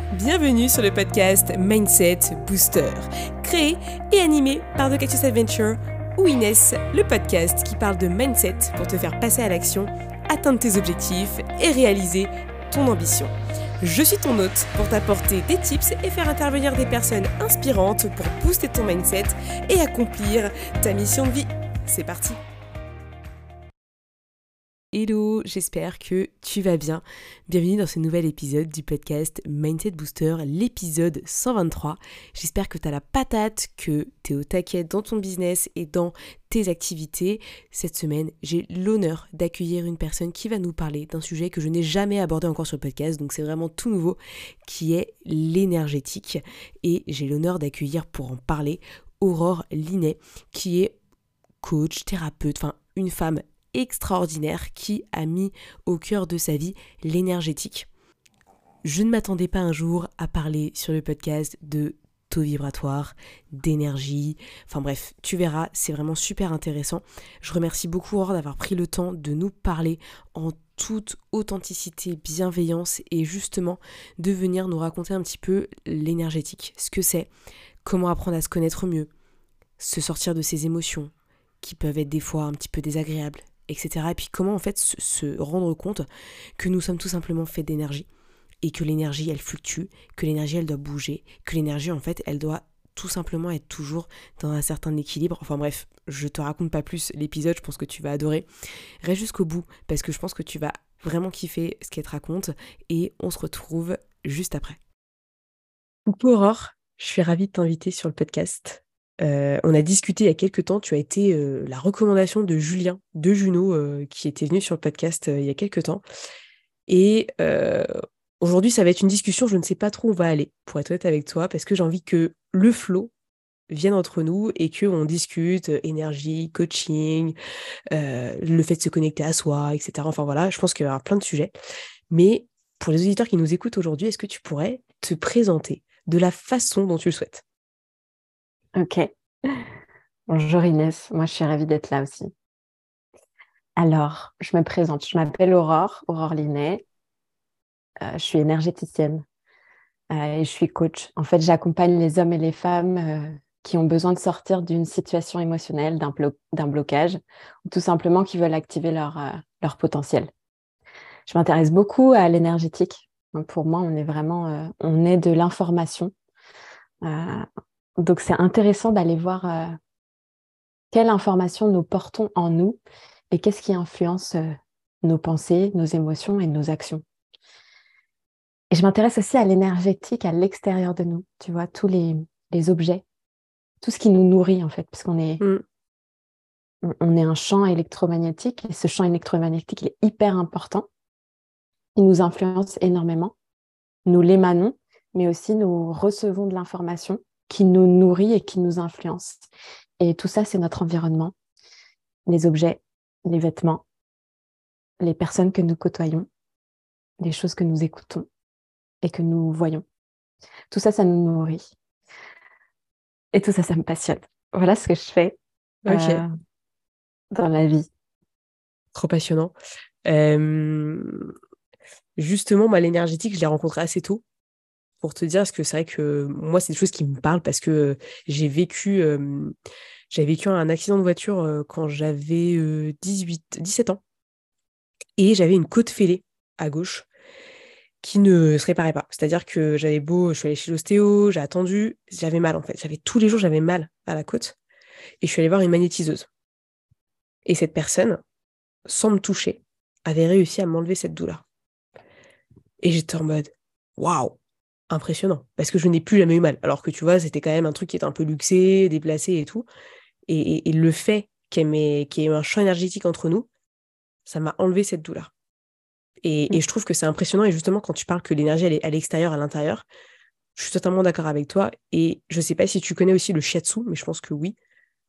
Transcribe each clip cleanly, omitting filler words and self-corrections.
Bienvenue sur le podcast Mindset Booster, créé et animé par The Cactus Adventure ou Inès, le podcast qui parle de mindset pour te faire passer à l'action, atteindre tes objectifs et réaliser ton ambition. Je suis ton hôte pour t'apporter des tips et faire intervenir des personnes inspirantes pour booster ton mindset et accomplir ta mission de vie. C'est parti! Hello, j'espère que tu vas bien. Bienvenue dans ce nouvel épisode du podcast Mindset Booster, l'épisode 123. J'espère que tu as la patate, que tu es au taquet dans ton business et dans tes activités. Cette semaine, j'ai l'honneur d'accueillir une personne qui va nous parler d'un sujet que je n'ai jamais abordé encore sur le podcast, donc c'est vraiment tout nouveau, qui est l'énergétique. Et j'ai l'honneur d'accueillir pour en parler Aurore Linet, qui est coach, thérapeute, une femme extraordinaire qui a mis au cœur de sa vie l'énergétique. Je ne m'attendais pas un jour à parler sur le podcast de taux vibratoire, d'énergie, bref, tu verras, c'est vraiment super intéressant. Je remercie beaucoup Aurore d'avoir pris le temps de nous parler en toute authenticité, bienveillance et justement de venir nous raconter un petit peu l'énergétique, ce que c'est, comment apprendre à se connaître mieux, se sortir de ses émotions qui peuvent être des fois un petit peu désagréables, etc. Et puis comment en fait se rendre compte que nous sommes tout simplement faits d'énergie et que l'énergie elle fluctue, que l'énergie elle doit bouger, que l'énergie en fait elle doit tout simplement être toujours dans un certain équilibre. Enfin bref, je te raconte pas plus l'épisode, je pense que tu vas adorer. Reste jusqu'au bout parce que je pense que tu vas vraiment kiffer ce qu'elle te raconte et on se retrouve juste après. Coucou Aurore, je suis ravie de t'inviter sur le podcast. On a discuté il y a quelques temps, tu as été la recommandation de Julien de Juno qui était venu sur le podcast il y a quelques temps. Et aujourd'hui, ça va être une discussion, je ne sais pas trop où on va aller, pour être honnête avec toi, parce que j'ai envie que le flow vienne entre nous et qu'on discute énergie, coaching, le fait de se connecter à soi, etc. Enfin voilà, je pense qu'il y aura plein de sujets. Mais pour les auditeurs qui nous écoutent aujourd'hui, est-ce que tu pourrais te présenter de la façon dont tu le souhaites ? Ok. Bonjour Inès, moi je suis ravie d'être là aussi. Alors, je me présente, je m'appelle Aurore Linet, je suis énergéticienne et je suis coach. En fait, j'accompagne les hommes et les femmes qui ont besoin de sortir d'une situation émotionnelle, d'un blocage, ou tout simplement qui veulent activer leur potentiel. Je m'intéresse beaucoup à l'énergétique. Donc, pour moi, on est de l'information. Donc, c'est intéressant d'aller voir quelle information nous portons en nous et qu'est-ce qui influence nos pensées, nos émotions et nos actions. Et je m'intéresse aussi à l'énergétique à l'extérieur de nous, tu vois, tous les objets, tout ce qui nous nourrit en fait, parce on est un champ électromagnétique et ce champ électromagnétique il est hyper important, il nous influence énormément, nous l'émanons, mais aussi nous recevons de l'information qui nous nourrit et qui nous influence. Et tout ça, c'est notre environnement, les objets, les vêtements, les personnes que nous côtoyons, les choses que nous écoutons et que nous voyons. Tout ça, ça nous nourrit. Et tout ça, ça me passionne. Voilà ce que je fais Ok, dans la vie. trop passionnant. Justement, moi, l'énergétique, je l'ai rencontré assez tôt, pour te dire, parce que c'est vrai que moi, c'est des choses qui me parlent, parce que j'avais vécu un accident de voiture quand j'avais 17 ans, et j'avais une côte fêlée à gauche qui ne se réparait pas. C'est-à-dire que je suis allée chez l'ostéo, j'ai attendu, j'avais mal en fait. Tous les jours, j'avais mal à la côte, et je suis allée voir une magnétiseuse. Et cette personne, sans me toucher, avait réussi à m'enlever cette douleur. Et j'étais en mode, waouh, impressionnant. Parce que je n'ai plus jamais eu mal. Alors que tu vois, c'était quand même un truc qui était un peu luxé, déplacé et tout. Et le fait qu'il y ait un champ énergétique entre nous, ça m'a enlevé cette douleur. Et je trouve que c'est impressionnant. Et justement, quand tu parles que l'énergie, elle est à l'extérieur, à l'intérieur, je suis totalement d'accord avec toi. Et je sais pas si tu connais aussi le shiatsu, mais je pense que oui.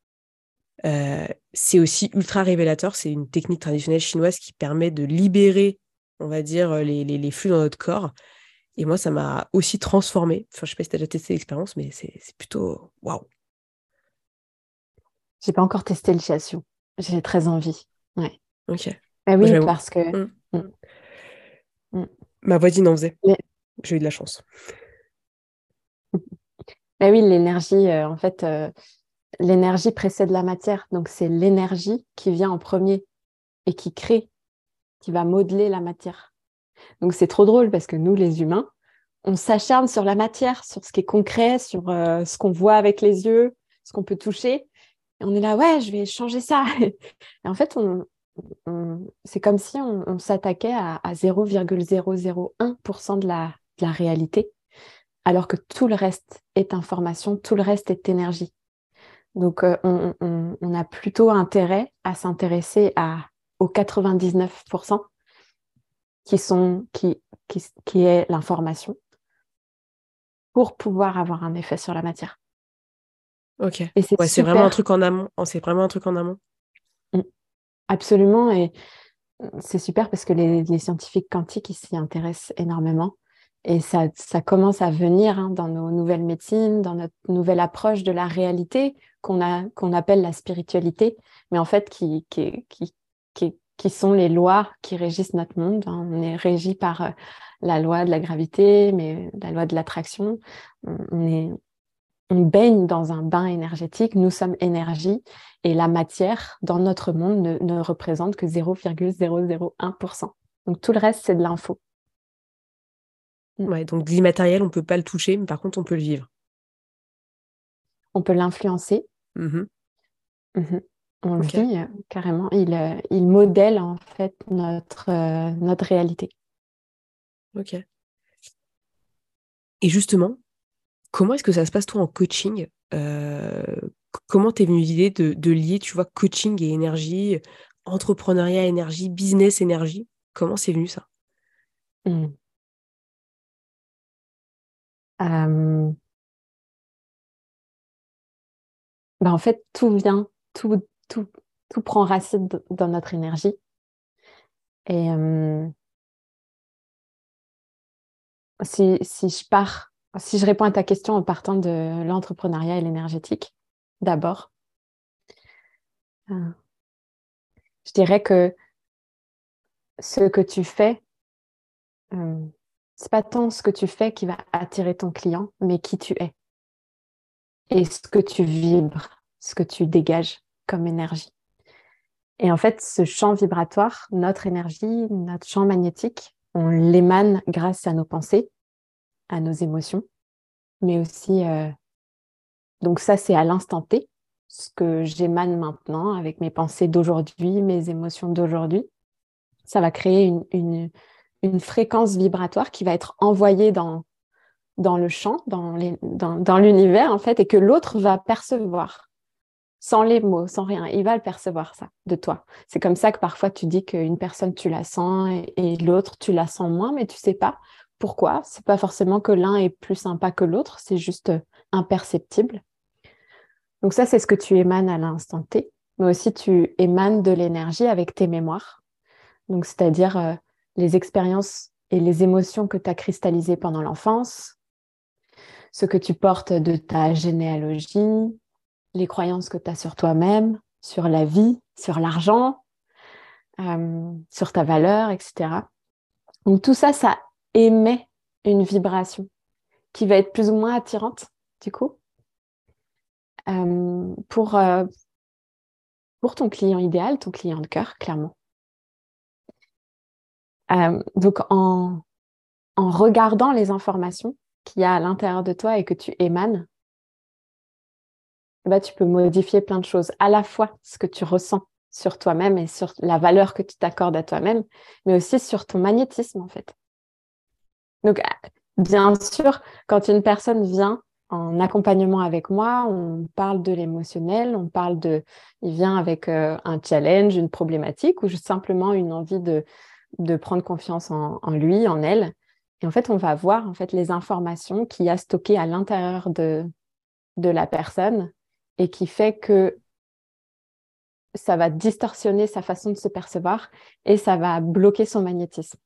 C'est aussi ultra révélateur. C'est une technique traditionnelle chinoise qui permet de libérer, on va dire, les flux dans notre corps. Et moi, ça m'a aussi transformée. Enfin, je sais pas si tu as déjà testé l'expérience, mais c'est plutôt waouh. J'ai pas encore testé le shiatsu. J'ai très envie. Ouais. Ok. Mais Moi, oui, parce que Hmm. mm, mm. Ma voisine en faisait. Mais- J'ai eu de la chance. Mais oui, l'énergie, en fait, l'énergie précède la matière. Donc, c'est l'énergie qui vient en premier et qui crée, qui va modeler la matière. Donc, c'est trop drôle parce que nous, les humains, on s'acharne sur la matière, sur ce qui est concret, sur ce qu'on voit avec les yeux, ce qu'on peut toucher. Et on est là, ouais, je vais changer ça. Et en fait, c'est comme si on s'attaquait à 0,001% de la réalité, alors que tout le reste est information, tout le reste est énergie. Donc, on a plutôt intérêt à s'intéresser aux 99% qui sont, qui est l'information pour pouvoir avoir un effet sur la matière. Ok. Et c'est Ouais, c'est vraiment un super, truc en amont. Oh, c'est vraiment un truc en amont. mm, absolument. Et c'est super parce que les scientifiques quantiques, ils s'y intéressent énormément. Et ça commence à venir dans nos nouvelles médecines, dans notre nouvelle approche de la réalité qu'on appelle la spiritualité, mais en fait qui sont les lois qui régissent notre monde. On est régi par la loi de la gravité, mais la loi de l'attraction. On baigne dans un bain énergétique, nous sommes énergie, et la matière dans notre monde ne représente que 0,001%. Donc tout le reste, c'est de l'info. Ouais, donc l'immatériel, on peut pas le toucher, mais par contre, on peut le vivre. On peut l'influencer. Mhm. Mhm. On le Ok. vit carrément. Il modèle en fait notre réalité. Ok. Et justement, comment est-ce que ça se passe toi en coaching? Comment t'es venue l'idée de lier, tu vois, coaching et énergie, entrepreneuriat énergie, business énergie? Comment c'est venu ça? Mm. Euh, en fait, tout vient, tout, tout prend racine dans notre énergie. Et si je réponds à ta question en partant de l'entrepreneuriat et l'énergétique, d'abord, euh, je dirais que ce que tu fais, euh, c'est pas tant ce que tu fais qui va attirer ton client, mais qui tu es et ce que tu vibres, ce que tu dégages comme énergie. Et en fait, ce champ vibratoire, notre énergie, notre champ magnétique, on l'émane grâce à nos pensées, à nos émotions, mais aussi, donc ça, c'est à l'instant T, ce que j'émane maintenant avec mes pensées d'aujourd'hui, mes émotions d'aujourd'hui. Ça va créer une fréquence vibratoire qui va être envoyée dans le champ, dans l'univers, en fait, et que l'autre va percevoir, sans les mots, sans rien. Il va le percevoir, ça, de toi. C'est comme ça que parfois tu dis qu'une personne, tu la sens, et l'autre, tu la sens moins, mais tu sais pas pourquoi. C'est pas forcément que l'un est plus sympa que l'autre, c'est juste imperceptible. Donc ça, c'est ce que tu émanes à l'instant T, mais aussi tu émanes de l'énergie avec tes mémoires. Donc, c'est-à-dire les expériences et les émotions que tu as cristallisées pendant l'enfance, ce que tu portes de ta généalogie, les croyances que tu as sur toi-même, sur la vie, sur l'argent, sur ta valeur, etc. Donc, tout ça, ça émet une vibration qui va être plus ou moins attirante, du coup, euh, pour, euh, pour ton client idéal, ton client de cœur, clairement. Donc, en regardant les informations qu'il y a à l'intérieur de toi et que tu émanes, bah, tu peux modifier plein de choses, à la fois ce que tu ressens sur toi-même et sur la valeur que tu t'accordes à toi-même, mais aussi sur ton magnétisme, en fait. Donc, bien sûr, quand une personne vient en accompagnement avec moi, on parle de l'émotionnel, il vient avec un challenge, une problématique ou juste simplement une envie de prendre confiance en lui, en elle. Et en fait, on va voir en fait les informations qu'il y a stockées à l'intérieur de la personne et qui fait que ça va distorsionner sa façon de se percevoir et ça va bloquer son magnétisme.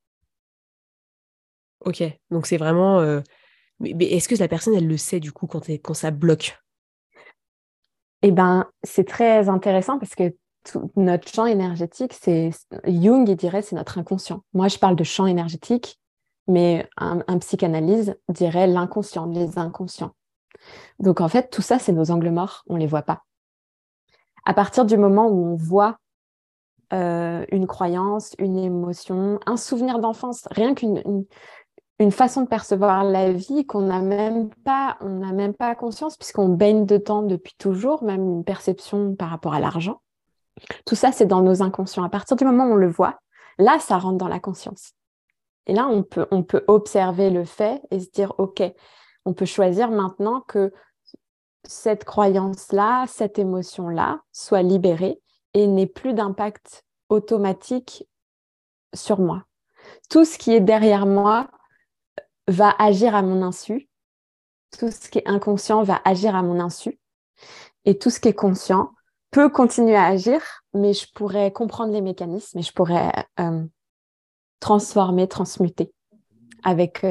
Ok, donc c'est vraiment... mais est-ce que la personne, elle le sait du coup quand ça bloque? Eh ben, c'est très intéressant parce que tout notre champ énergétique, Jung, il dirait, c'est notre inconscient. Moi, je parle de champ énergétique, mais un psychanalyse dirait l'inconscient, les inconscients. Donc, en fait, tout ça, c'est nos angles morts, on ne les voit pas. À partir du moment où on voit une croyance, une émotion, un souvenir d'enfance, rien une façon de percevoir la vie qu'on on n'a même pas conscience puisqu'on baigne dedans depuis toujours, même une perception par rapport à l'argent. Tout ça, c'est dans nos inconscients. À partir du moment où on le voit, là, ça rentre dans la conscience. Et là, on peut observer le fait et se dire, OK, on peut choisir maintenant que cette croyance-là, cette émotion-là soit libérée et n'ait plus d'impact automatique sur moi. Tout ce qui est derrière moi va agir à mon insu. Tout ce qui est inconscient va agir à mon insu. Et tout ce qui est conscient peut continuer à agir, mais je pourrais comprendre les mécanismes et je pourrais transformer, transmuter avec...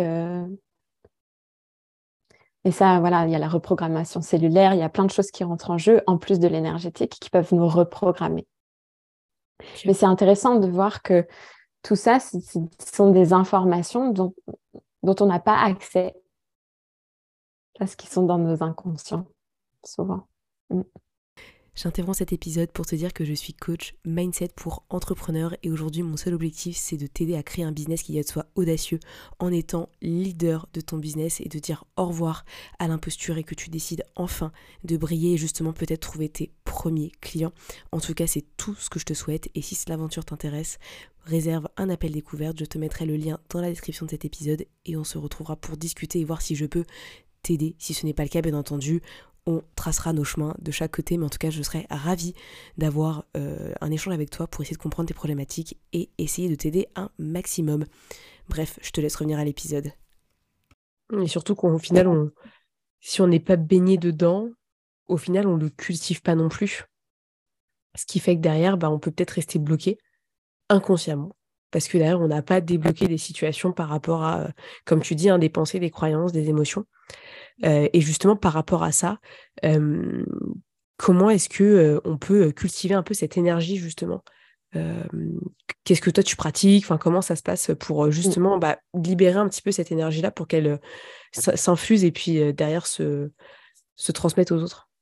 Et ça, voilà, il y a la reprogrammation cellulaire, il y a plein de choses qui rentrent en jeu, en plus de l'énergétique, qui peuvent nous reprogrammer. Okay. Mais c'est intéressant de voir que tout ça, ce sont des informations dont on n'a pas accès parce qu'ils sont dans nos inconscients, souvent. J'interromps cet épisode pour te dire que je suis coach mindset pour entrepreneurs et aujourd'hui mon seul objectif c'est de t'aider à créer un business qui soit audacieux en étant leader de ton business et de dire au revoir à l'imposture et que tu décides enfin de briller et justement peut-être trouver tes premiers clients. En tout cas c'est tout ce que je te souhaite et si l'aventure t'intéresse, réserve un appel découverte, je te mettrai le lien dans la description de cet épisode et on se retrouvera pour discuter et voir si je peux t'aider. Si ce n'est pas le cas, bien entendu, on tracera nos chemins de chaque côté, mais en tout cas, je serais ravie d'avoir un échange avec toi pour essayer de comprendre tes problématiques et essayer de t'aider un maximum. Bref, je te laisse revenir à l'épisode. Et surtout qu'au final, si on n'est pas baigné dedans, au final, on ne le cultive pas non plus. Ce qui fait que derrière, on peut peut-être rester bloqué inconsciemment. Parce que derrière, on n'a pas débloqué des situations par rapport à, comme tu dis, des pensées, des croyances, des émotions. Et justement, par rapport à ça, comment est-ce que on peut cultiver un peu cette énergie, justement qu'est-ce que toi, tu pratiques? Enfin, comment ça se passe pour justement libérer un petit peu cette énergie-là pour qu'elle s'infuse et puis derrière se transmette aux autres?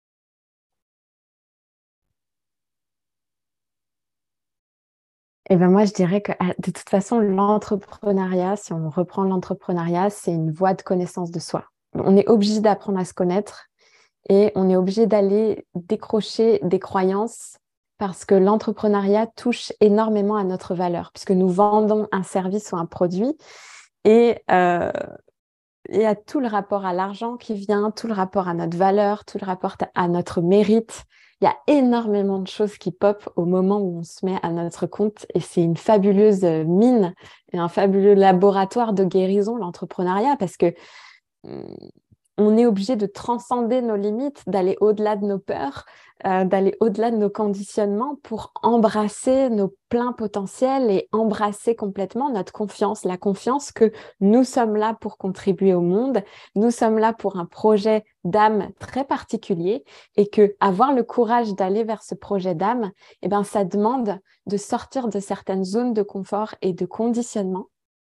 Et ben moi, je dirais que de toute façon, l'entrepreneuriat, si on reprend l'entrepreneuriat, c'est une voie de connaissance de soi. On est obligé d'apprendre à se connaître et on est obligé d'aller décrocher des croyances parce que l'entrepreneuriat touche énormément à notre valeur puisque nous vendons un service ou un produit et il y a tout le rapport à l'argent qui vient, tout le rapport à notre valeur, tout le rapport à notre mérite. Il y a énormément de choses qui popent au moment où on se met à notre compte et c'est une fabuleuse mine et un fabuleux laboratoire de guérison, l'entrepreneuriat, parce que on est obligé de transcender nos limites, d'aller au-delà de nos peurs, d'aller au-delà de nos conditionnements pour embrasser nos pleins potentiels et embrasser complètement notre confiance, la confiance que nous sommes là pour contribuer au monde, nous sommes là pour un projet d'âme très particulier et que avoir le courage d'aller vers ce projet d'âme, ça demande de sortir de certaines zones de confort et de conditionnement.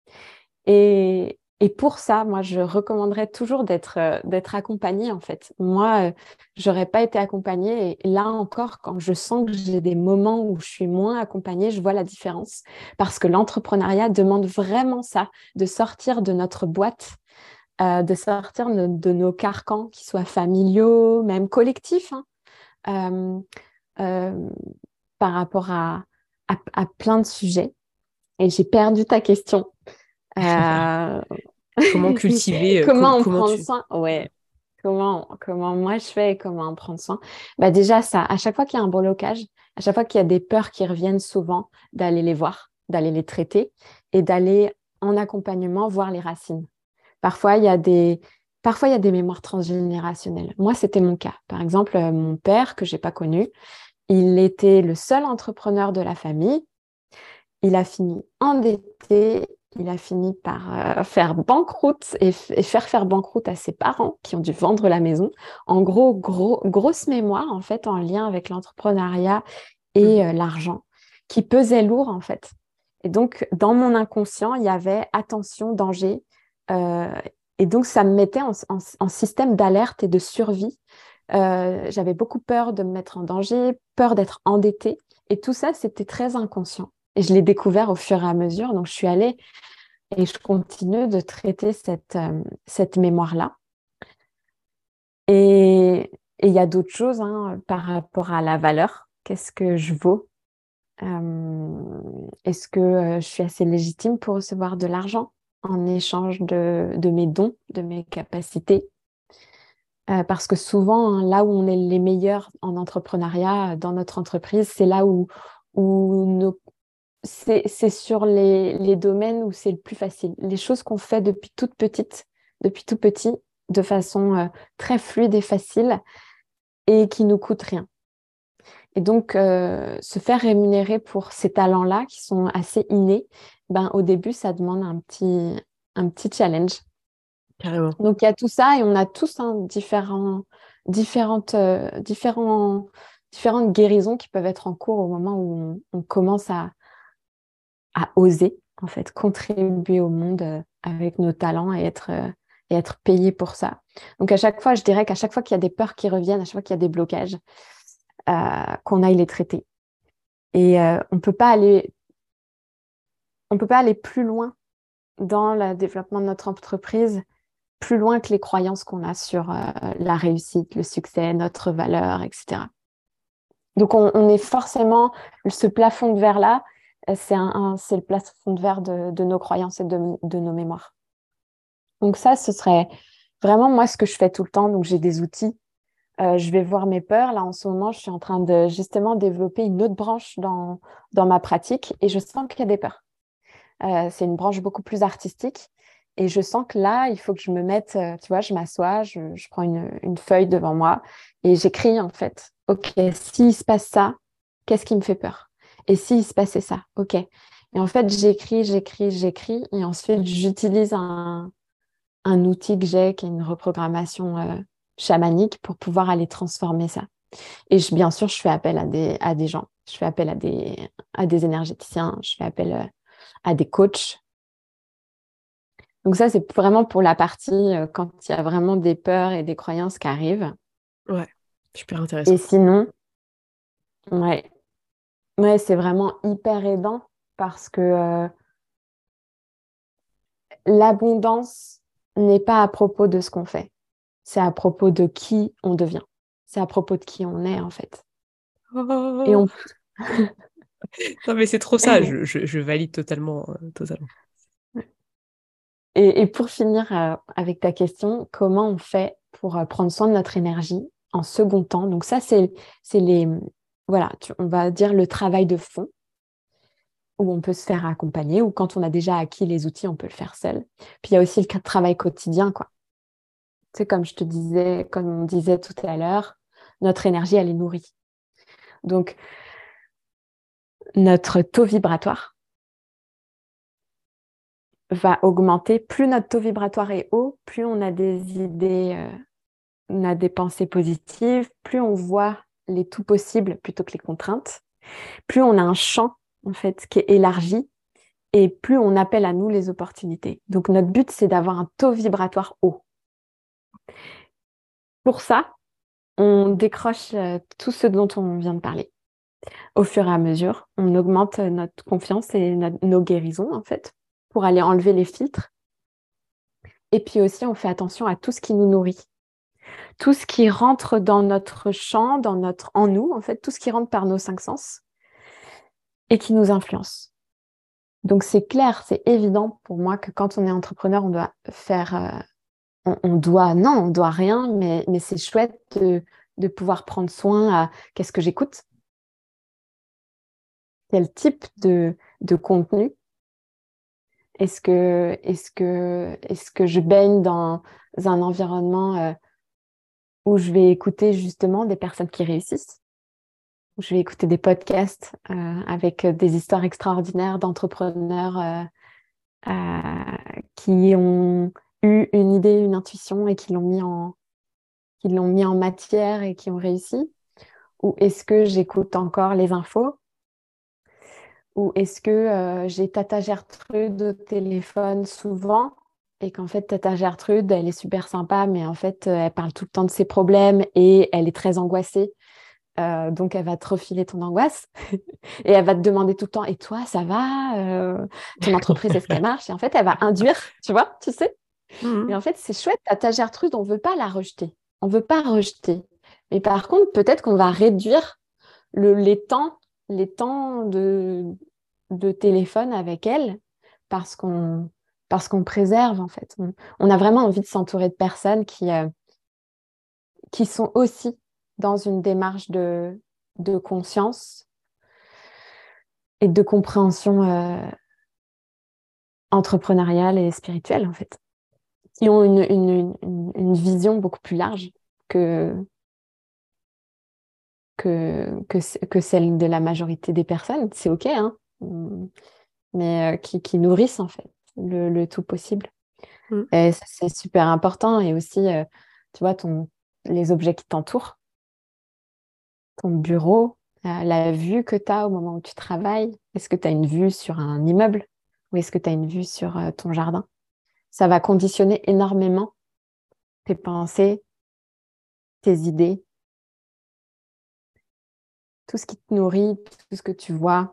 Et pour ça, moi, je recommanderais toujours d'être accompagnée, en fait. Moi, j'aurais pas été accompagnée. Et là encore, quand je sens que j'ai des moments où je suis moins accompagnée, je vois la différence. Parce que l'entrepreneuriat demande vraiment ça, de sortir de notre boîte, de sortir de nos carcans, qui soient familiaux, même collectifs, par rapport à plein de sujets. Et j'ai perdu ta question. Comment cultiver comment en prendre soin? Ouais. Comment moi je fais et comment en prendre soin? Déjà ça, à chaque fois qu'il y a un blocage, à chaque fois qu'il y a des peurs qui reviennent souvent, d'aller les voir, d'aller les traiter et d'aller en accompagnement voir les racines. Parfois il y a des mémoires transgénérationnelles. Moi c'était mon cas. Par exemple, mon père que j'ai pas connu, il était le seul entrepreneur de la famille. Il a fini endetté. Il a fini par faire banqueroute et faire banqueroute à ses parents qui ont dû vendre la maison. En gros, grosse mémoire en fait en lien avec l'entrepreneuriat et l'argent qui pesait lourd en fait. Et donc, dans mon inconscient, il y avait attention, danger. Et donc, ça me mettait en système d'alerte et de survie. J'avais beaucoup peur de me mettre en danger, peur d'être endettée. Et tout ça, c'était très inconscient. Et je l'ai découvert au fur et à mesure. Donc, je suis allée et je continue de traiter cette mémoire-là. Et il y a d'autres choses hein, par rapport à la valeur. Qu'est-ce que je vaux? Est-ce que je suis assez légitime pour recevoir de l'argent en échange de mes dons, de mes capacités? Parce que souvent, hein, là où on est les meilleurs en entrepreneuriat, dans notre entreprise, c'est là où c'est sur les domaines où c'est le plus facile. Les choses qu'on fait depuis toute petite, depuis tout petit, de façon très fluide et facile et qui nous coûtent rien. Et donc, se faire rémunérer pour ces talents-là qui sont assez innés, ben, au début, ça demande un petit challenge. Carrément. Donc, il y a tout ça et on a tous hein, différentes guérisons qui peuvent être en cours au moment où on commence à oser, en fait, contribuer au monde avec nos talents et être payé pour ça. Donc, à chaque fois, je dirais qu'à chaque fois qu'il y a des peurs qui reviennent, à chaque fois qu'il y a des blocages, qu'on aille les traiter. Et on peut pas aller plus loin dans le développement de notre entreprise, plus loin que les croyances qu'on a sur la réussite, le succès, notre valeur, etc. Donc, on est forcément, ce plafond de verre-là, c'est le plafond de verre de nos croyances et de nos mémoires. Donc ça, ce serait vraiment moi ce que je fais tout le temps. Donc, j'ai des outils. Je vais voir mes peurs. Là, en ce moment, je suis en train de justement développer une autre branche dans ma pratique et je sens qu'il y a des peurs. C'est une branche beaucoup plus artistique. Et je sens que là, il faut que je me mette, tu vois, je m'assois, je prends une feuille devant moi et j'écris en fait, OK, s'il se passe ça, qu'est-ce qui me fait peur? Et s'il se passait ça, OK. Et en fait, j'écris. Et ensuite, j'utilise un outil que j'ai, qui est une reprogrammation chamanique pour pouvoir aller transformer ça. Et bien sûr, je fais appel à des gens. Je fais appel à des énergéticiens. Je fais appel à des coachs. Donc ça, c'est vraiment pour la partie quand il y a vraiment des peurs et des croyances qui arrivent. Ouais, super Et intéressant. sinon, ouais, ouais, c'est vraiment hyper aidant parce que l'abondance n'est pas à propos de ce qu'on fait. C'est à propos de qui on devient. C'est à propos de qui on est, en fait. Et Oh. on... Non, mais c'est trop ça, je valide totalement, totalement. Et pour finir avec ta question, comment on fait pour prendre soin de notre énergie en second temps? Donc ça, c'est voilà, on va dire le travail de fond où on peut se faire accompagner ou quand on a déjà acquis les outils, on peut le faire seul. Puis il y a aussi le travail quotidien, quoi. Tu sais, comme je te disais, comme on disait tout à l'heure, notre énergie, elle est nourrie. Donc, notre taux vibratoire va augmenter. Plus notre taux vibratoire est haut, plus on a des idées, on a des pensées positives, plus on voit les tout possibles plutôt que les contraintes, plus on a un champ, en fait, qui est élargi et plus on appelle à nous les opportunités. Donc, notre but, c'est d'avoir un taux vibratoire haut. Pour ça, on décroche tout ce dont on vient de parler. Au fur et à mesure, on augmente notre confiance et nos guérisons, en fait, pour aller enlever les filtres. Et puis aussi, on fait attention à tout ce qui nous nourrit. Tout ce qui rentre dans notre champ, en nous, en fait, tout ce qui rentre par nos cinq sens et qui nous influence. Donc, c'est clair, c'est évident pour moi que quand on est entrepreneur, on doit faire... non, on doit rien, mais c'est chouette de pouvoir prendre soin à qu'est-ce que j'écoute, quel type de contenu, est-ce que je baigne dans un environnement où je vais écouter justement des personnes qui réussissent, où je vais écouter des podcasts avec des histoires extraordinaires d'entrepreneurs qui ont eu une idée, une intuition et qui l'ont mis en matière et qui ont réussi? Ou est-ce que j'écoute encore les infos? Ou est-ce que j'ai Tata Gertrude au téléphone souvent et qu'en fait, Tata Gertrude, elle est super sympa, mais en fait, elle parle tout le temps de ses problèmes et elle est très angoissée. Donc, elle va te refiler ton angoisse et elle va te demander tout le temps, et toi, ça va? Ton entreprise, est-ce qu'elle marche? Et en fait, elle va induire, tu vois, tu sais? Et Mhm. en fait, c'est chouette, Tata Gertrude, on ne veut pas la rejeter. On ne veut pas rejeter. Mais par contre, peut-être qu'on va réduire les temps de téléphone avec elle parce qu'on préserve, en fait. On a vraiment envie de s'entourer de personnes qui sont aussi dans une démarche de conscience et de compréhension entrepreneuriale et spirituelle, en fait, qui ont une vision beaucoup plus large que, que celle de la majorité des personnes. C'est OK, hein, mais qui nourrissent, en fait, le tout possible. Mhm. Et ça, c'est super important. Et aussi, tu vois, les objets qui t'entourent, ton bureau, la vue que tu as au moment où tu travailles. Est-ce que tu as une vue sur un immeuble ou est-ce que tu as une vue sur ton jardin? Ça va conditionner énormément tes pensées, tes idées, tout ce qui te nourrit, tout ce que tu vois,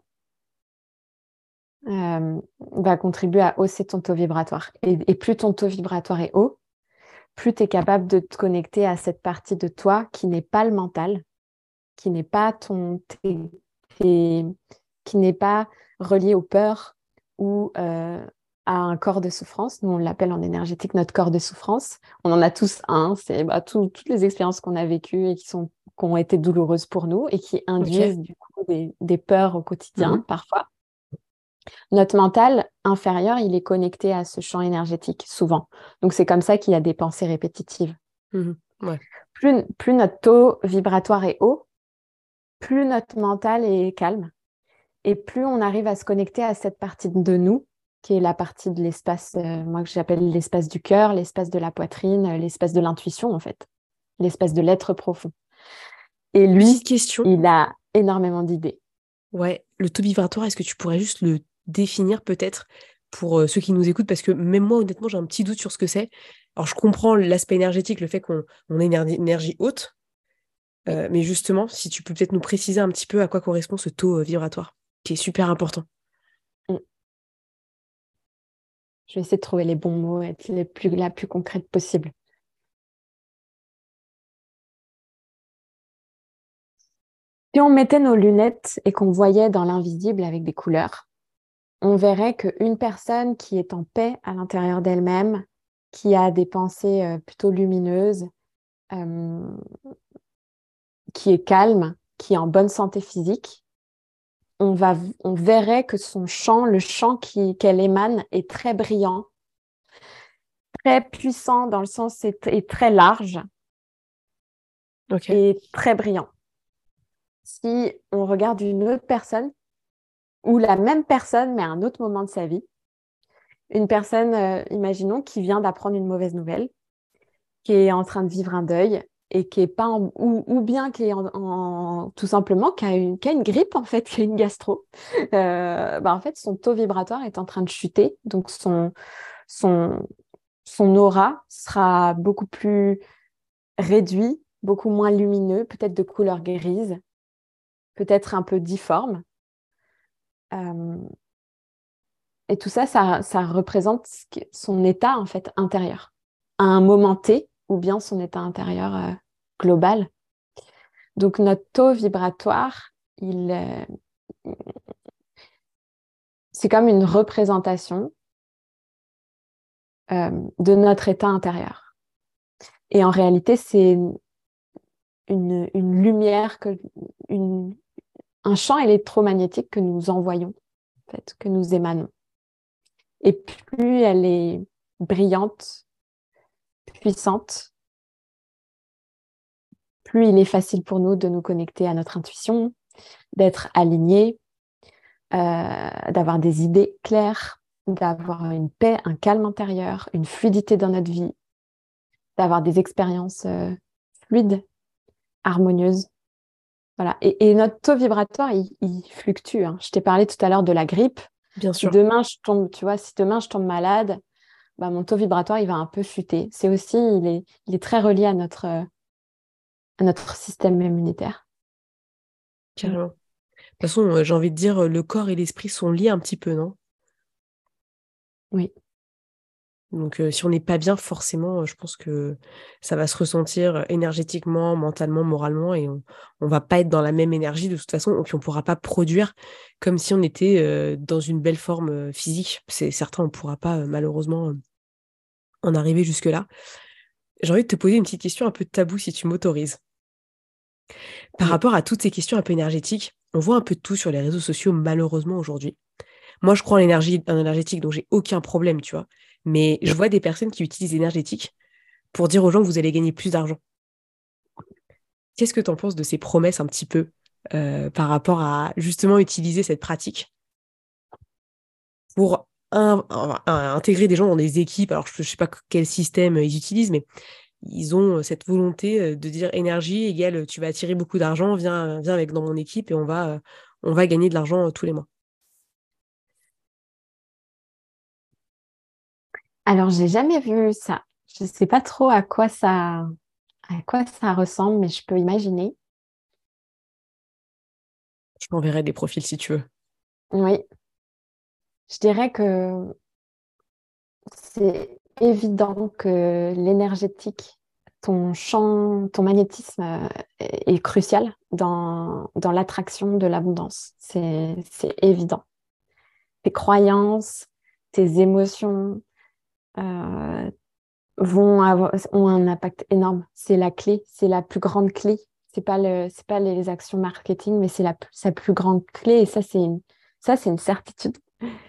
va contribuer à hausser ton taux vibratoire. Et plus ton taux vibratoire est haut, plus tu es capable de te connecter à cette partie de toi qui n'est pas le mental, qui n'est pas tes- qui n'est pas relié aux peurs ou à un corps de souffrance. Nous, on l'appelle en énergétique notre corps de souffrance. On en a tous un. C'est toutes les expériences qu'on a vécues et qui ont été douloureuses pour nous et qui Ok. induisent du coup des peurs au quotidien Mhm. parfois. Notre mental inférieur, il est connecté à ce champ énergétique souvent. Donc, c'est comme ça qu'il y a des pensées répétitives. Mhm. Ouais. Plus notre taux vibratoire est haut, plus notre mental est calme et plus on arrive à se connecter à cette partie de nous, qui est la partie de l'espace, moi que j'appelle l'espace du cœur, l'espace de la poitrine, l'espace de l'intuition en fait, l'espace de l'être profond. Et Petite lui, question. il a énormément d'idées. Ouais, le taux vibratoire, est-ce que tu pourrais juste le définir peut-être pour ceux qui nous écoutent? Parce que même moi, honnêtement, j'ai un petit doute sur ce que c'est. Alors, je comprends l'aspect énergétique, le fait qu'on ait une énergie haute, Oui. mais justement, si tu peux peut-être nous préciser un petit peu à quoi correspond ce taux vibratoire, qui est super important. Mm. Je vais essayer de trouver les bons mots, être la plus concrète possible. Si on mettait nos lunettes et qu'on voyait dans l'invisible avec des couleurs, on verrait qu'une personne qui est en paix à l'intérieur d'elle-même, qui a des pensées plutôt lumineuses, euh, qui est calme, qui est en bonne santé physique, on verrait que son champ, le champ qu'elle émane est très brillant, très puissant dans le sens est très large Ok. et très brillant. Si on regarde une autre personne ou la même personne mais à un autre moment de sa vie, une personne, imaginons, qui vient d'apprendre une mauvaise nouvelle, qui est en train de vivre un deuil et qui est pas ou bien qui est tout simplement qui a une grippe en fait, qui a une gastro, en fait son taux vibratoire est en train de chuter, donc son, son aura sera beaucoup plus réduit, beaucoup moins lumineux, peut-être de couleur grise, peut-être un peu difforme. Euh, et tout ça, ça représente son état en fait intérieur, à un moment T, ou bien son état intérieur global. Donc notre taux vibratoire, c'est comme une représentation de notre état intérieur. Et en réalité, c'est une lumière, un champ électromagnétique que nous envoyons, en fait, que nous émanons. Et plus elle est brillante, puissante, plus il est facile pour nous de nous connecter à notre intuition, d'être alignés, d'avoir des idées claires, d'avoir une paix, un calme intérieur, une fluidité dans notre vie, d'avoir des expériences fluides, harmonieuses. Voilà. Et notre taux vibratoire, il fluctue, hein. Je t'ai parlé tout à l'heure de la grippe. Bien Si sûr. demain je tombe, tu vois, si demain je tombe malade, mon taux vibratoire, il va un peu chuter. C'est aussi, il est très relié à notre système immunitaire. Carrément. De toute façon, j'ai envie de dire, le corps et l'esprit sont liés un petit peu, non? Oui. Donc, si on n'est pas bien, forcément, je pense que ça va se ressentir énergétiquement, mentalement, moralement, et on va pas être dans la même énergie de toute façon, et puis on pourra pas produire comme si on était dans une belle forme physique. C'est certain, on pourra pas malheureusement en arriver jusque-là. J'ai envie de te poser une petite question un peu tabou si tu m'autorises. Par Oui. rapport à toutes ces questions un peu énergétiques, on voit un peu de tout sur les réseaux sociaux malheureusement aujourd'hui. Moi, je crois en énergétique, donc j'ai aucun problème, tu vois. Mais je vois des personnes qui utilisent l'énergétique pour dire aux gens que vous allez gagner plus d'argent. Qu'est-ce que tu en penses de ces promesses un petit peu par rapport à justement utiliser cette pratique pour intégrer des gens dans des équipes? Alors, je ne sais pas quel système ils utilisent, mais ils ont cette volonté de dire énergie égale tu vas attirer beaucoup d'argent, viens avec dans mon équipe et on va gagner de l'argent tous les mois. Alors, j'ai jamais vu ça. Je ne sais pas trop à quoi ça ressemble, mais je peux imaginer. Je t'enverrai des profils si tu veux. Oui, je dirais que c'est évident que l'énergétique, ton champ, ton magnétisme est crucial dans l'attraction de l'abondance. C'est évident. Tes croyances, tes émotions euh, ont un impact énorme. C'est la clé, c'est la plus grande clé. C'est pas les actions marketing, mais c'est sa plus grande clé. Et ça, c'est une certitude.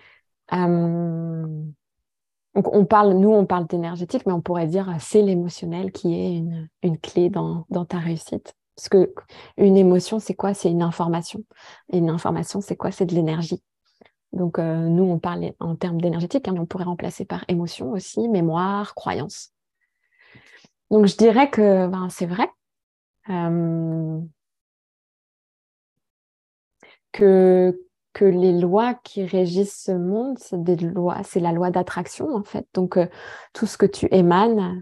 Euh, Donc nous, on parle d'énergétique, mais on pourrait dire c'est l'émotionnel qui est une clé dans ta réussite. Parce que une émotion, c'est quoi? C'est une information. Et une information, c'est quoi? C'est de l'énergie. Donc, nous, on parle en termes d'énergétique, hein, mais on pourrait remplacer par émotion aussi, mémoire, croyance. Donc, je dirais que c'est vrai euh, que, que les lois qui régissent ce monde, c'est des lois, c'est la loi d'attraction, en fait. Donc, tout ce que tu émanes,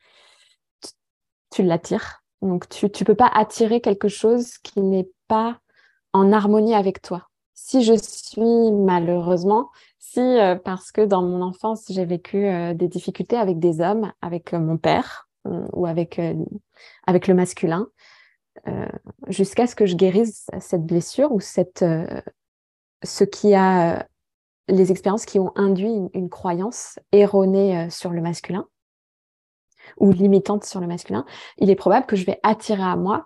tu l'attires. Donc, tu ne peux pas attirer quelque chose qui n'est pas en harmonie avec toi. Si je suis malheureusement, si parce que dans mon enfance, j'ai vécu des difficultés avec des hommes, avec mon père ou avec le masculin, euh, jusqu'à ce que je guérisse cette blessure ou ce qui a les expériences qui ont induit une croyance erronée sur le masculin ou limitante sur le masculin, il est probable que je vais attirer à moi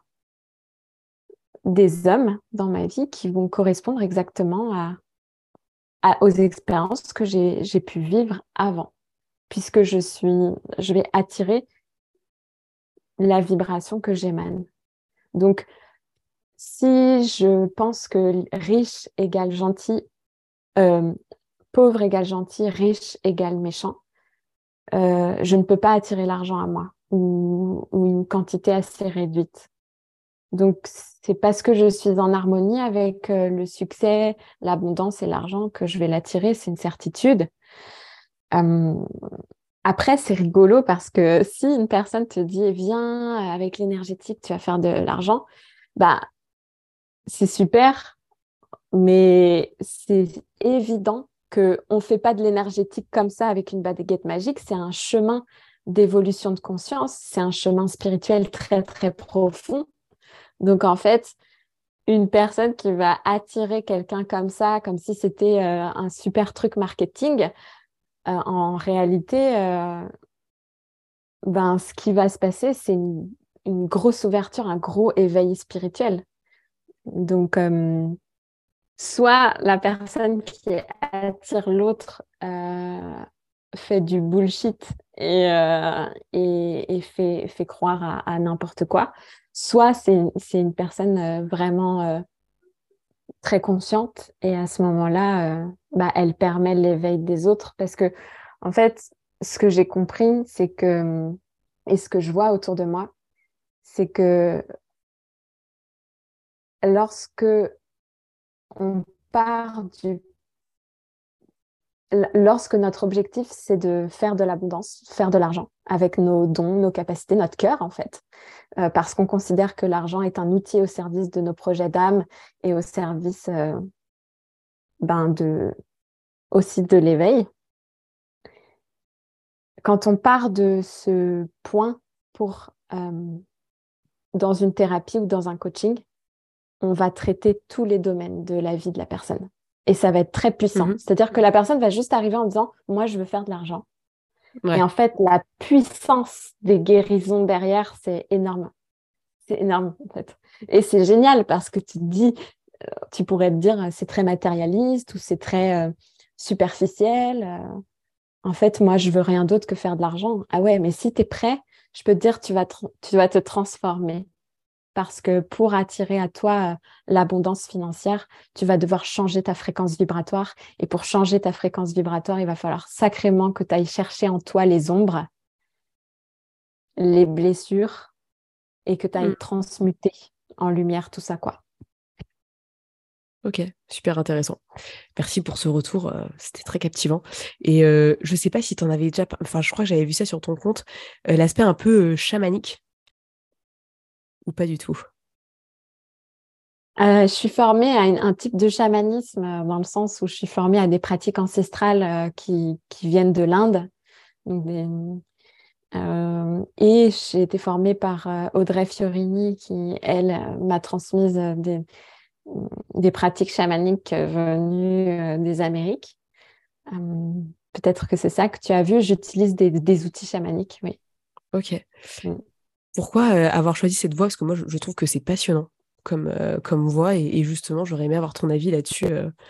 des hommes dans ma vie qui vont correspondre exactement aux expériences que j'ai pu vivre avant, puisque je vais attirer la vibration que j'émane. Donc, si je pense que riche égale gentil, euh, pauvre égale gentil, riche égale méchant, je ne peux pas attirer l'argent à moi ou une quantité assez réduite. Donc, c'est parce que je suis en harmonie avec le succès, l'abondance et l'argent que je vais l'attirer, c'est une certitude. Euh, Après, c'est rigolo parce que si une personne te dit, viens, avec l'énergétique, tu vas faire de l'argent, bah, c'est super, mais c'est évident qu'on ne fait pas de l'énergétique comme ça avec une baguette magique. C'est un chemin d'évolution de conscience, c'est un chemin spirituel très, très profond. Donc, en fait, une personne qui va attirer quelqu'un comme ça, comme si c'était un super truc marketing, en réalité, ce qui va se passer, c'est une grosse ouverture, un gros éveil spirituel. Donc, soit la personne qui attire l'autre fait du bullshit et fait croire à n'importe quoi, soit c'est une personne vraiment très consciente et à ce moment-là, elle permet l'éveil des autres parce que, en fait, ce que j'ai compris, c'est que, et ce que je vois autour de moi, c'est que lorsque on part lorsque notre objectif, c'est de faire de l'abondance, faire de l'argent avec nos dons, nos capacités, notre cœur, en fait, parce qu'on considère que l'argent est un outil au service de nos projets d'âme et au service aussi de l'éveil. Quand on part de ce point dans une thérapie ou dans un coaching, on va traiter tous les domaines de la vie de la personne. Et ça va être très puissant. C'est-à-dire que la personne va juste arriver en disant « moi, je veux faire de l'argent ». Ouais. Et en fait, la puissance des guérisons derrière, c'est énorme. C'est énorme, en fait. Et c'est génial parce que tu pourrais te dire c'est très matérialiste ou c'est très superficiel. En fait, moi, je veux rien d'autre que faire de l'argent. Ah ouais, mais si tu es prêt, je peux te dire tu vas te transformer. Parce que pour attirer à toi l'abondance financière, tu vas devoir changer ta fréquence vibratoire. Et pour changer ta fréquence vibratoire, il va falloir sacrément que tu ailles chercher en toi les ombres, les blessures, et que tu ailles transmuter en lumière tout ça, quoi. Ok, super intéressant. Merci pour ce retour, c'était très captivant. Et je sais pas si tu en avais déjà... Enfin, je crois que j'avais vu ça sur ton compte, l'aspect un peu chamanique, ou pas du tout? Je suis formée à un type de chamanisme dans le sens où je suis formée à des pratiques ancestrales qui viennent de l'Inde. Donc et j'ai été formée par Audrey Fiorini qui, elle, m'a transmise des pratiques chamaniques venues des Amériques. Peut-être que c'est ça que tu as vu. J'utilise des outils chamaniques, oui. Ok. Mm. Pourquoi avoir choisi cette voie? Parce que moi, je trouve que c'est passionnant comme voie. Et justement, j'aurais aimé avoir ton avis là-dessus.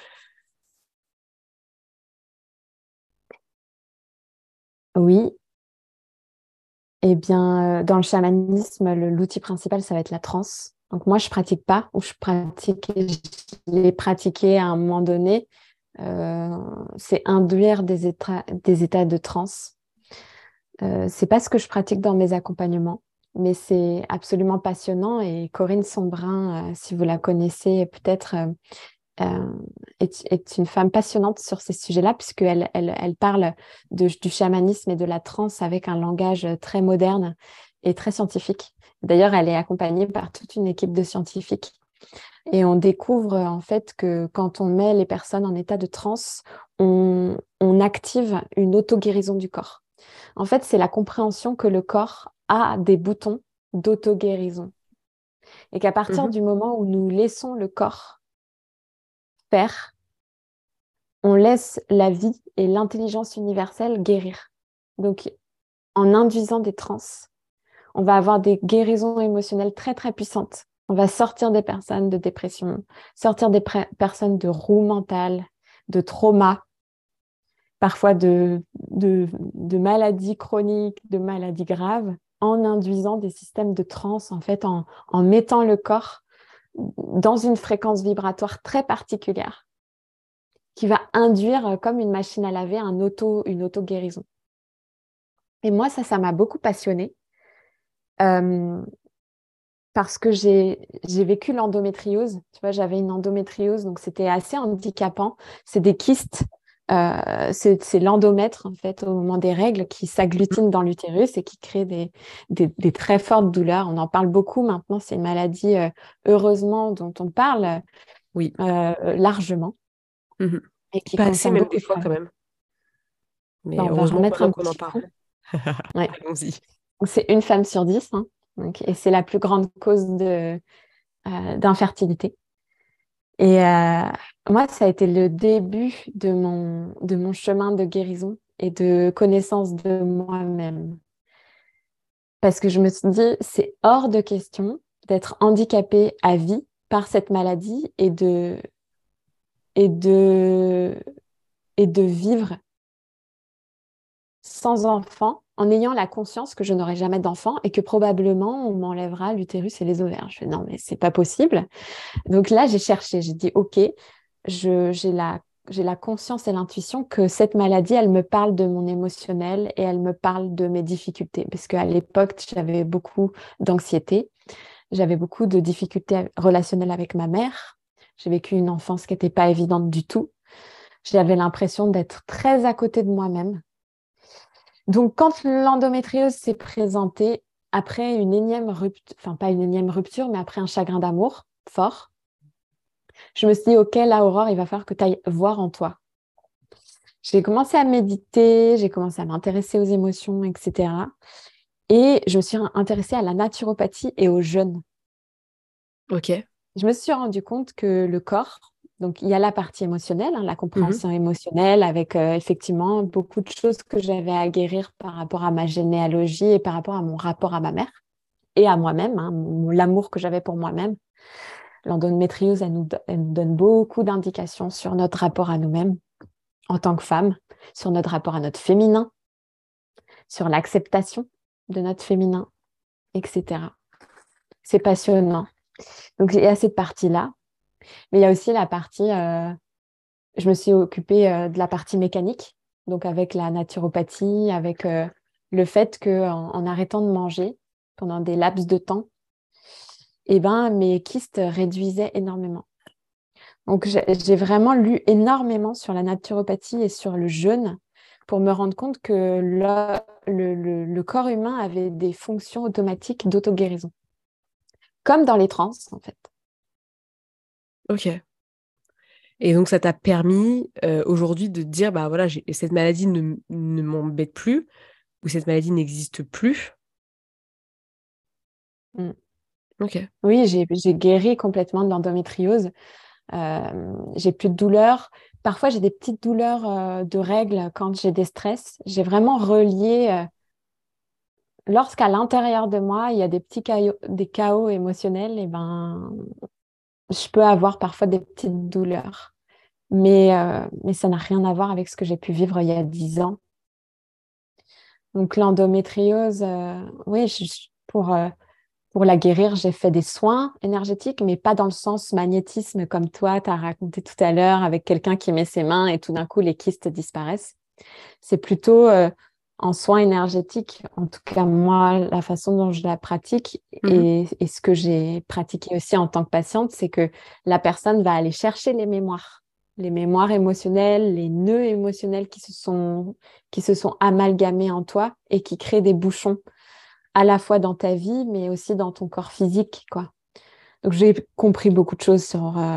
Oui. Eh bien, dans le chamanisme, l'outil principal, ça va être la transe. Donc moi, je pratique pas, ou je l'ai pratiqué à un moment donné. C'est induire des états de transe. C'est pas ce que je pratique dans mes accompagnements, mais c'est absolument passionnant. Et Corinne Sombrin, si vous la connaissez, peut-être est une femme passionnante sur ces sujets-là, puisqu'elle parle du chamanisme et de la transe avec un langage très moderne et très scientifique. D'ailleurs, elle est accompagnée par toute une équipe de scientifiques. Et on découvre en fait que quand on met les personnes en état de transe, on active une auto-guérison du corps. En fait, c'est la compréhension que le corps a des boutons d'auto-guérison. Et qu'à partir du moment où nous laissons le corps faire, on laisse la vie et l'intelligence universelle guérir. Donc, en induisant des trans, on va avoir des guérisons émotionnelles très, très puissantes. On va sortir des personnes de dépression, sortir des personnes de roue mentale, de trauma, parfois de maladies chroniques, de maladies graves, en induisant des systèmes de trans, en fait, en mettant le corps dans une fréquence vibratoire très particulière qui va induire, comme une machine à laver, une auto-guérison. Et moi, ça m'a beaucoup passionnée parce que j'ai vécu l'endométriose. Tu vois, j'avais une endométriose, donc c'était assez handicapant. C'est des kystes, c'est l'endomètre, en fait, au moment des règles, qui s'agglutinent dans l'utérus et qui créent des très fortes douleurs. On en parle beaucoup maintenant. C'est une maladie, heureusement, dont on parle largement. Et qui Pas assez, concerne même beaucoup des de fois, quand femmes. même. Mais On va heureusement remettre maintenant un qu'on en petit parle. coup. Ouais. Allons-y. C'est une femme sur 10, hein. Et c'est la plus grande cause d'infertilité. Et moi, ça a été le début de mon chemin de guérison et de connaissance de moi-même. Parce que je me suis dit, c'est hors de question d'être handicapée à vie par cette maladie et de vivre sans enfant, en ayant la conscience que je n'aurai jamais d'enfant et que probablement on m'enlèvera l'utérus et les ovaires. Je fais non, mais c'est pas possible. Donc là, j'ai cherché, j'ai dit ok, j'ai la conscience et l'intuition que cette maladie, elle me parle de mon émotionnel et elle me parle de mes difficultés. Parce qu'à l'époque, j'avais beaucoup d'anxiété, j'avais beaucoup de difficultés relationnelles avec ma mère. J'ai vécu une enfance qui n'était pas évidente du tout. J'avais l'impression d'être très à côté de moi-même. Donc, quand l'endométriose s'est présentée après une énième rupture, enfin pas une énième rupture, mais après un chagrin d'amour fort, je me suis dit, OK, là, Aurore, il va falloir que tu ailles voir en toi. J'ai commencé à méditer, j'ai commencé à m'intéresser aux émotions, etc. Et je me suis intéressée à la naturopathie et au jeûne. Ok. Je me suis rendu compte que le corps, donc il y a la partie émotionnelle, la Mhm. compréhension émotionnelle avec effectivement beaucoup de choses que j'avais à guérir par rapport à ma généalogie et par rapport à mon rapport à ma mère et à moi-même, l'amour que j'avais pour moi-même. L'endométriose, elle nous donne beaucoup d'indications sur notre rapport à nous-mêmes en tant que femme, sur notre rapport à notre féminin, sur l'acceptation de notre féminin, etc. C'est passionnant. Donc, il y a cette partie-là. Mais il y a aussi la partie, je me suis occupée de la partie mécanique, donc avec la naturopathie, avec le fait qu'en arrêtant de manger pendant des laps de temps, eh ben, mes kystes réduisaient énormément. Donc, j'ai vraiment lu énormément sur la naturopathie et sur le jeûne pour me rendre compte que le corps humain avait des fonctions automatiques d'auto-guérison, comme dans les trans, en fait. Ok. Et donc, ça t'a permis aujourd'hui de te dire, bah voilà, cette maladie ne m'embête plus, ou cette maladie n'existe plus. Mm. Ok. Oui, j'ai guéri complètement de l'endométriose. J'ai plus de douleurs. Parfois, j'ai des petites douleurs de règles quand j'ai des stress. J'ai vraiment relié, lorsqu'à l'intérieur de moi, il y a des chaos émotionnels, et ben, je peux avoir parfois des petites douleurs. Mais ça n'a rien à voir avec ce que j'ai pu vivre il y a 10 ans. Donc, l'endométriose, oui, pour la guérir, j'ai fait des soins énergétiques, mais pas dans le sens magnétisme comme toi, tu as raconté tout à l'heure avec quelqu'un qui met ses mains et tout d'un coup, les kystes disparaissent. C'est plutôt en soins énergétiques, en tout cas moi, la façon dont je la pratique Mhm. et ce que j'ai pratiqué aussi en tant que patiente, c'est que la personne va aller chercher les mémoires émotionnelles, les nœuds émotionnels qui se sont amalgamés en toi et qui créent des bouchons à la fois dans ta vie, mais aussi dans ton corps physique, quoi. Donc, j'ai compris beaucoup de choses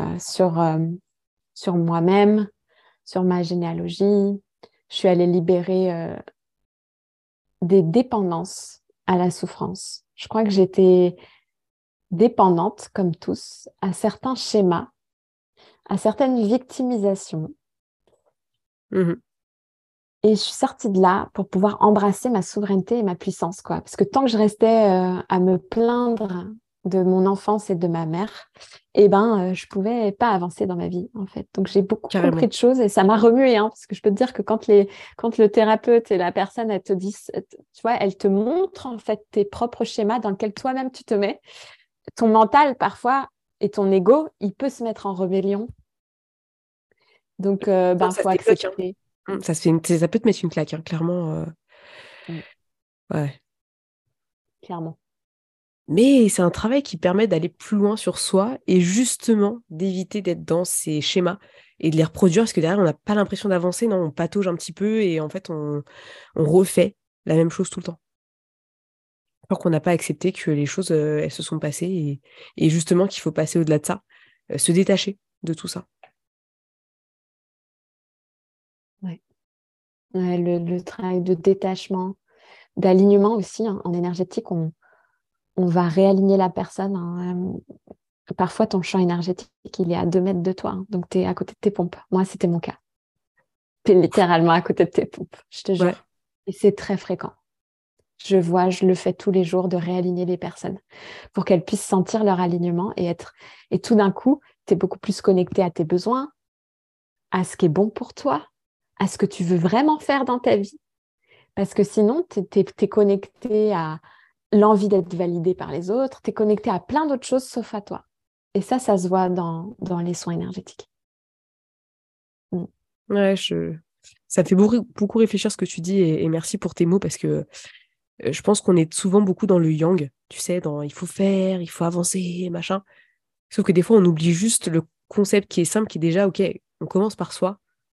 sur moi-même, sur ma généalogie. Je suis allée libérer des dépendances à la souffrance. Je crois que j'étais dépendante, comme tous, à certains schémas, à certaines victimisations. Mhm. Et je suis sortie de là pour pouvoir embrasser ma souveraineté et ma puissance, quoi. Parce que tant que je restais à me plaindre de mon enfance et de ma mère, eh ben, je pouvais pas avancer dans ma vie, en fait. Donc, j'ai beaucoup compris Carrément. de choses et ça m'a remué, hein, parce que je peux te dire que quand le thérapeute et la personne, elle te dit, tu vois, elle te montre, en fait, tes propres schémas dans lesquels toi-même tu te mets, ton mental, parfois, et ton ego, il peut se mettre en rébellion. Donc, Non, ben, ça faut se débloque, hein. accepter. Ça peut te mettre une claque, hein, clairement. Mm, Ouais. clairement. Mais c'est un travail qui permet d'aller plus loin sur soi et justement d'éviter d'être dans ces schémas et de les reproduire parce que derrière, on n'a pas l'impression d'avancer, non, on patauge un petit peu et en fait, on refait la même chose tout le temps. Alors qu'on n'a pas accepté que les choses, elles se sont passées et justement qu'il faut passer au-delà de ça, se détacher de tout ça. Ouais. Ouais, le travail de détachement, d'alignement aussi, hein, en énergétique, on va réaligner la personne, hein. Parfois, ton champ énergétique, il est à 2 mètres de toi, hein, donc tu es à côté de tes pompes. Moi, c'était mon cas. Tu es littéralement à côté de tes pompes, je te Ouais. jure. Et c'est très fréquent. Je le fais tous les jours de réaligner les personnes pour qu'elles puissent sentir leur alignement et tout d'un coup, tu es beaucoup plus connecté à tes besoins, à ce qui est bon pour toi, à ce que tu veux vraiment faire dans ta vie. Parce que sinon, tu es connecté à l'envie d'être validé par les autres, tu es connecté à plein d'autres choses sauf à toi. Et ça se voit dans les soins énergétiques. Mm. Ouais, ça me fait beaucoup réfléchir ce que tu dis et merci pour tes mots parce que je pense qu'on est souvent beaucoup dans le yang, tu sais, dans il faut faire, il faut avancer, machin. Sauf que des fois, on oublie juste le concept qui est simple, qui est déjà, ok, on commence par soi,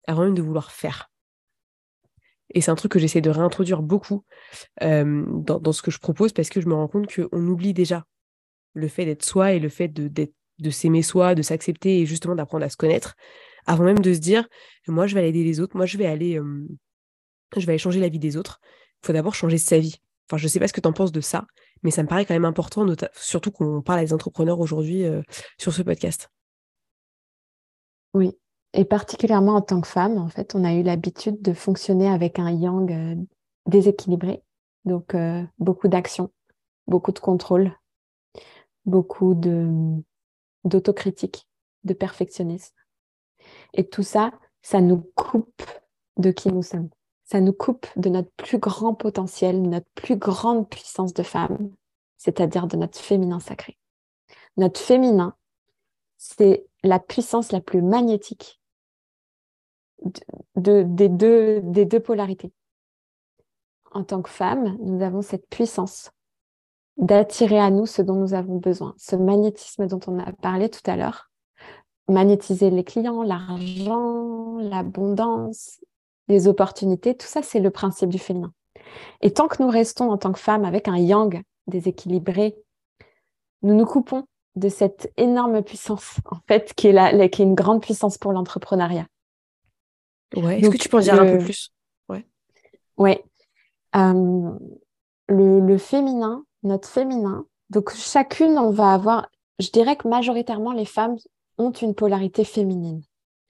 avant même de vouloir faire. Et c'est un truc que j'essaie de réintroduire beaucoup dans ce que je propose parce que je me rends compte qu'on oublie déjà le fait d'être soi et le fait de s'aimer soi, de s'accepter et justement d'apprendre à se connaître avant même de se dire, moi je vais aller aider les autres, moi je vais aller changer la vie des autres. Il faut d'abord changer sa vie. Enfin, je sais pas ce que tu en penses de ça, mais ça me paraît quand même important, surtout qu'on parle à des entrepreneurs aujourd'hui sur ce podcast. Oui. Et particulièrement en tant que femme, en fait, on a eu l'habitude de fonctionner avec un yang déséquilibré. Donc, beaucoup d'action, beaucoup de contrôle, beaucoup d'autocritique, de perfectionnisme. Et tout ça, ça nous coupe de qui nous sommes. Ça nous coupe de notre plus grand potentiel, notre plus grande puissance de femme, c'est-à-dire de notre féminin sacré. Notre féminin, c'est la puissance la plus magnétique des deux polarités. En tant que femme, nous avons cette puissance d'attirer à nous ce dont nous avons besoin, ce magnétisme dont on a parlé tout à l'heure. Magnétiser les clients, l'argent, l'abondance, les opportunités, tout ça, c'est le principe du féminin. Et tant que nous restons en tant que femmes avec un yang déséquilibré, nous nous coupons de cette énorme puissance, en fait, qui est une grande puissance pour l'entrepreneuriat. Ouais, est-ce que tu peux en dire un peu plus? Ouais. Ouais. Le féminin, notre féminin, donc chacune, on va avoir, je dirais que majoritairement, les femmes ont une polarité féminine.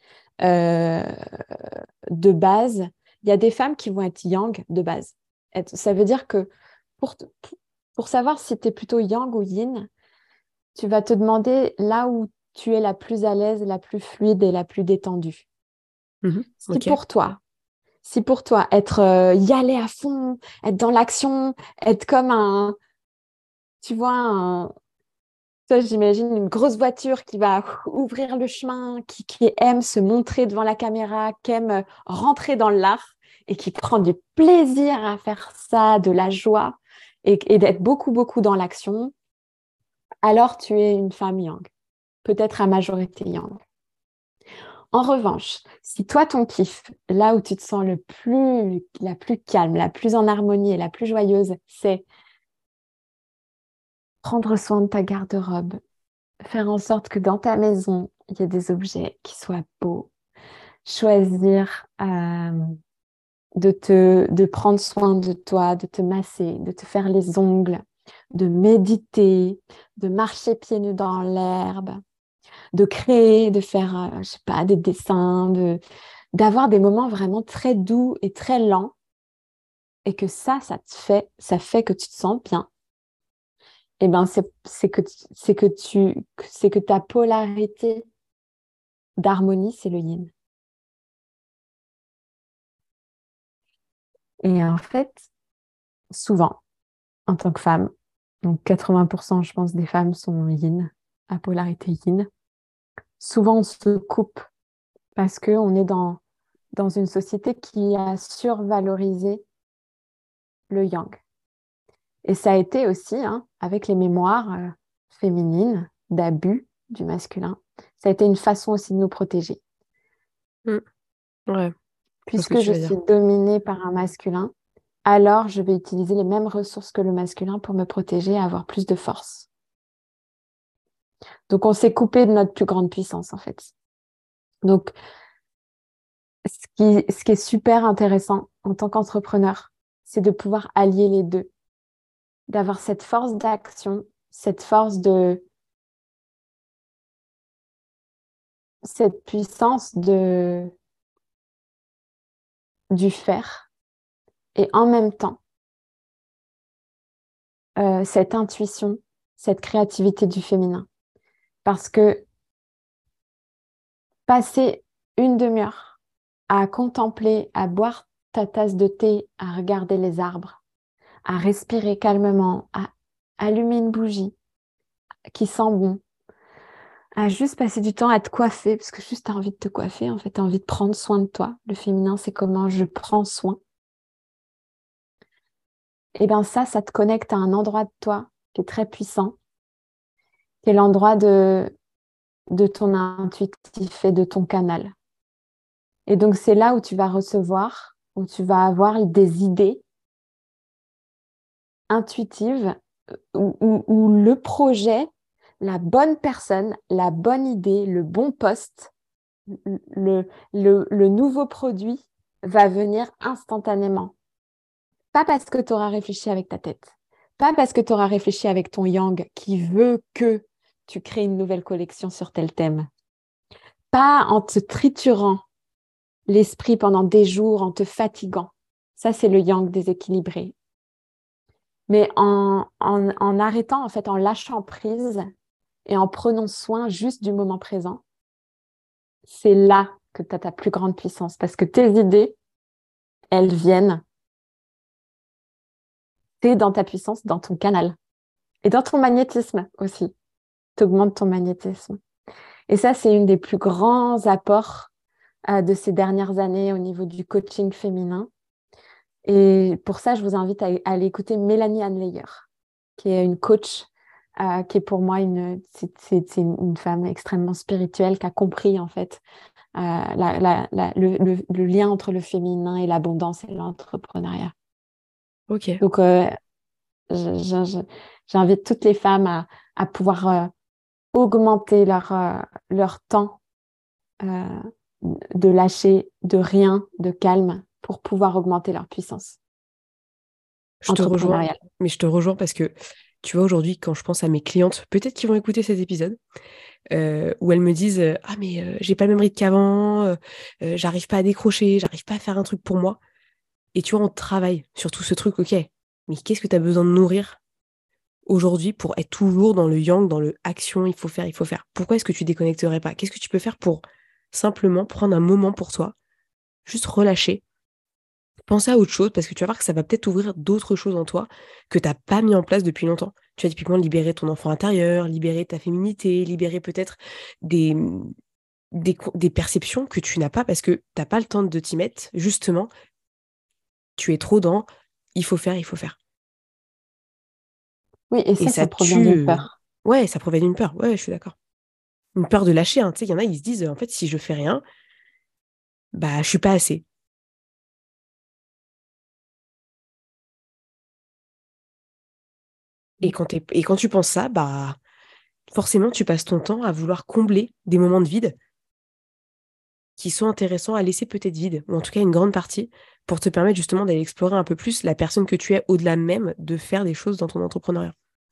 De base, il y a des femmes qui vont être yang de base. Ça veut dire que pour savoir si tu es plutôt yang ou yin, tu vas te demander là où tu es la plus à l'aise, la plus fluide et la plus détendue. Okay. Si pour toi, être y aller à fond, être dans l'action, être comme tu vois, toi, j'imagine une grosse voiture qui va ouvrir le chemin, qui aime se montrer devant la caméra, qui aime rentrer dans l'art et qui prend du plaisir à faire ça, de la joie et d'être beaucoup, beaucoup dans l'action, alors tu es une femme yang, peut-être à majorité yang. En revanche, si toi, ton kiff, là où tu te sens la plus calme, la plus en harmonie et la plus joyeuse, c'est prendre soin de ta garde-robe, faire en sorte que dans ta maison, il y ait des objets qui soient beaux, choisir de prendre soin de toi, de te masser, de te faire les ongles, de méditer, de marcher pieds nus dans l'herbe, de créer, de faire, je sais pas, des dessins, d'avoir des moments vraiment très doux et très lents, et que ça fait que tu te sens bien. Et ben c'est que ta polarité d'harmonie, c'est le yin. Et en fait, souvent, en tant que femme, donc 80%, je pense, des femmes sont yin, à polarité yin. Souvent, on se coupe parce qu'on est dans une société qui a survalorisé le yang. Et ça a été aussi, avec les mémoires féminines d'abus du masculin, ça a été une façon aussi de nous protéger. Ouais. Puisque je suis dominée par un masculin, alors je vais utiliser les mêmes ressources que le masculin pour me protéger et avoir plus de force. Donc, on s'est coupé de notre plus grande puissance, en fait. Donc, ce qui est super intéressant en tant qu'entrepreneur, c'est de pouvoir allier les deux, d'avoir cette force d'action, cette puissance du faire, et en même temps, cette intuition, cette créativité du féminin. Parce que passer une demi-heure à contempler, à boire ta tasse de thé, à regarder les arbres, à respirer calmement, à allumer une bougie qui sent bon, à juste passer du temps à te coiffer, parce que juste tu as envie de te coiffer, en fait, tu as envie de prendre soin de toi. Le féminin, c'est comment je prends soin. Et bien ça te connecte à un endroit de toi qui est très puissant, qui est l'endroit de ton intuitif et de ton canal. Et donc, c'est là où tu vas recevoir, où tu vas avoir des idées intuitives, où le projet, la bonne personne, la bonne idée, le bon poste, le nouveau produit va venir instantanément. Pas parce que tu auras réfléchi avec ta tête, pas parce que tu auras réfléchi avec ton yang qui veut que tu crées une nouvelle collection sur tel thème, pas en te triturant l'esprit pendant des jours, en te fatiguant. Ça, c'est le yang déséquilibré. Mais en arrêtant, en fait, en lâchant prise et en prenant soin juste du moment présent, c'est là que tu as ta plus grande puissance. Parce que tes idées, elles viennent, tu es dans ta puissance, dans ton canal. Et dans ton magnétisme aussi. Tu augmentes ton magnétisme. Et ça, c'est une des plus grands apports de ces dernières années au niveau du coaching féminin. Et pour ça, je vous invite à aller écouter Mélanie Hanleyer, qui est une coach, qui est pour moi c'est une femme extrêmement spirituelle qui a compris en fait le lien entre le féminin et l'abondance et l'entrepreneuriat. Ok. Donc, j'invite toutes les femmes à pouvoir augmenter leur temps de lâcher, de rien, de calme pour pouvoir augmenter leur puissance Je te rejoins, entrepreneuriale. mais je te rejoins parce que, tu vois, aujourd'hui, quand je pense à mes clientes, peut-être qu'ils vont écouter cet épisode, où elles me disent ah, mais j'ai pas le même rythme qu'avant, j'arrive pas à décrocher, j'arrive pas à faire un truc pour moi. Et tu vois, on travaille sur tout ce truc, ok, mais qu'est-ce que tu as besoin de nourrir aujourd'hui pour être toujours dans le yang, dans le action, il faut faire, il faut faire. Pourquoi est-ce que tu déconnecterais pas? Qu'est-ce que tu peux faire pour simplement prendre un moment pour toi, juste relâcher, penser à autre chose, parce que tu vas voir que ça va peut-être ouvrir d'autres choses en toi que tu n'as pas mis en place depuis longtemps. Tu vas typiquement libérer ton enfant intérieur, libérer ta féminité, libérer peut-être des, des perceptions que tu n'as pas parce que tu n'as pas le temps de t'y mettre. Justement, tu es trop dans il faut faire, il faut faire. Oui, et Et ça ça provient d'une tue. peur. Ouais, ça provient d'une peur. Ouais, je suis d'accord. Une peur de lâcher, hein. Tu sais, il y en a, ils se disent, en fait, si je fais rien, bah, je suis pas assez. Et quand tu penses ça, bah, forcément, tu passes ton temps à vouloir combler des moments de vide qui sont intéressants à laisser peut-être vide, ou en tout cas une grande partie, pour te permettre justement d'aller explorer un peu plus la personne que tu es au-delà même de faire des choses dans ton entrepreneuriat.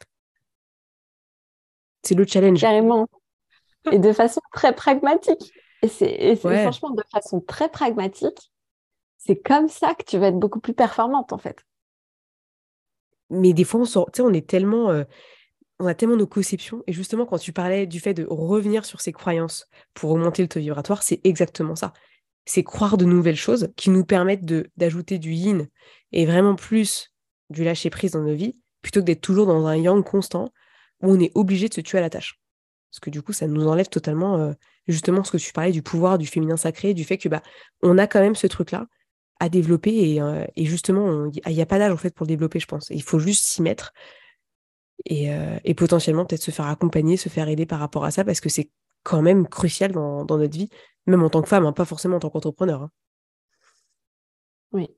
C'est le challenge. Carrément. Et de façon très pragmatique. Et Ouais, franchement, de façon très pragmatique, c'est comme ça que tu vas être beaucoup plus performante, en fait. mais des fois, tu sais, on est tellement, on a tellement nos conceptions. Et justement, quand tu parlais du fait de revenir sur ses croyances pour augmenter le taux vibratoire, c'est exactement ça. C'est croire de nouvelles choses qui nous permettent d'ajouter du yin et vraiment plus du lâcher prise dans nos vies, plutôt que d'être toujours dans un yang constant où on est obligé de se tuer à la tâche. Parce que du coup, ça nous enlève totalement justement ce que tu parlais du pouvoir du féminin sacré, du fait que bah on a quand même ce truc-là à développer et justement, il n'y a pas d'âge en fait pour le développer, je pense. Il faut juste s'y mettre et potentiellement peut-être se faire accompagner, se faire aider par rapport à ça, parce que c'est quand même crucial dans notre vie, même en tant que femme, hein, pas forcément en tant qu'entrepreneur. Hein. Oui.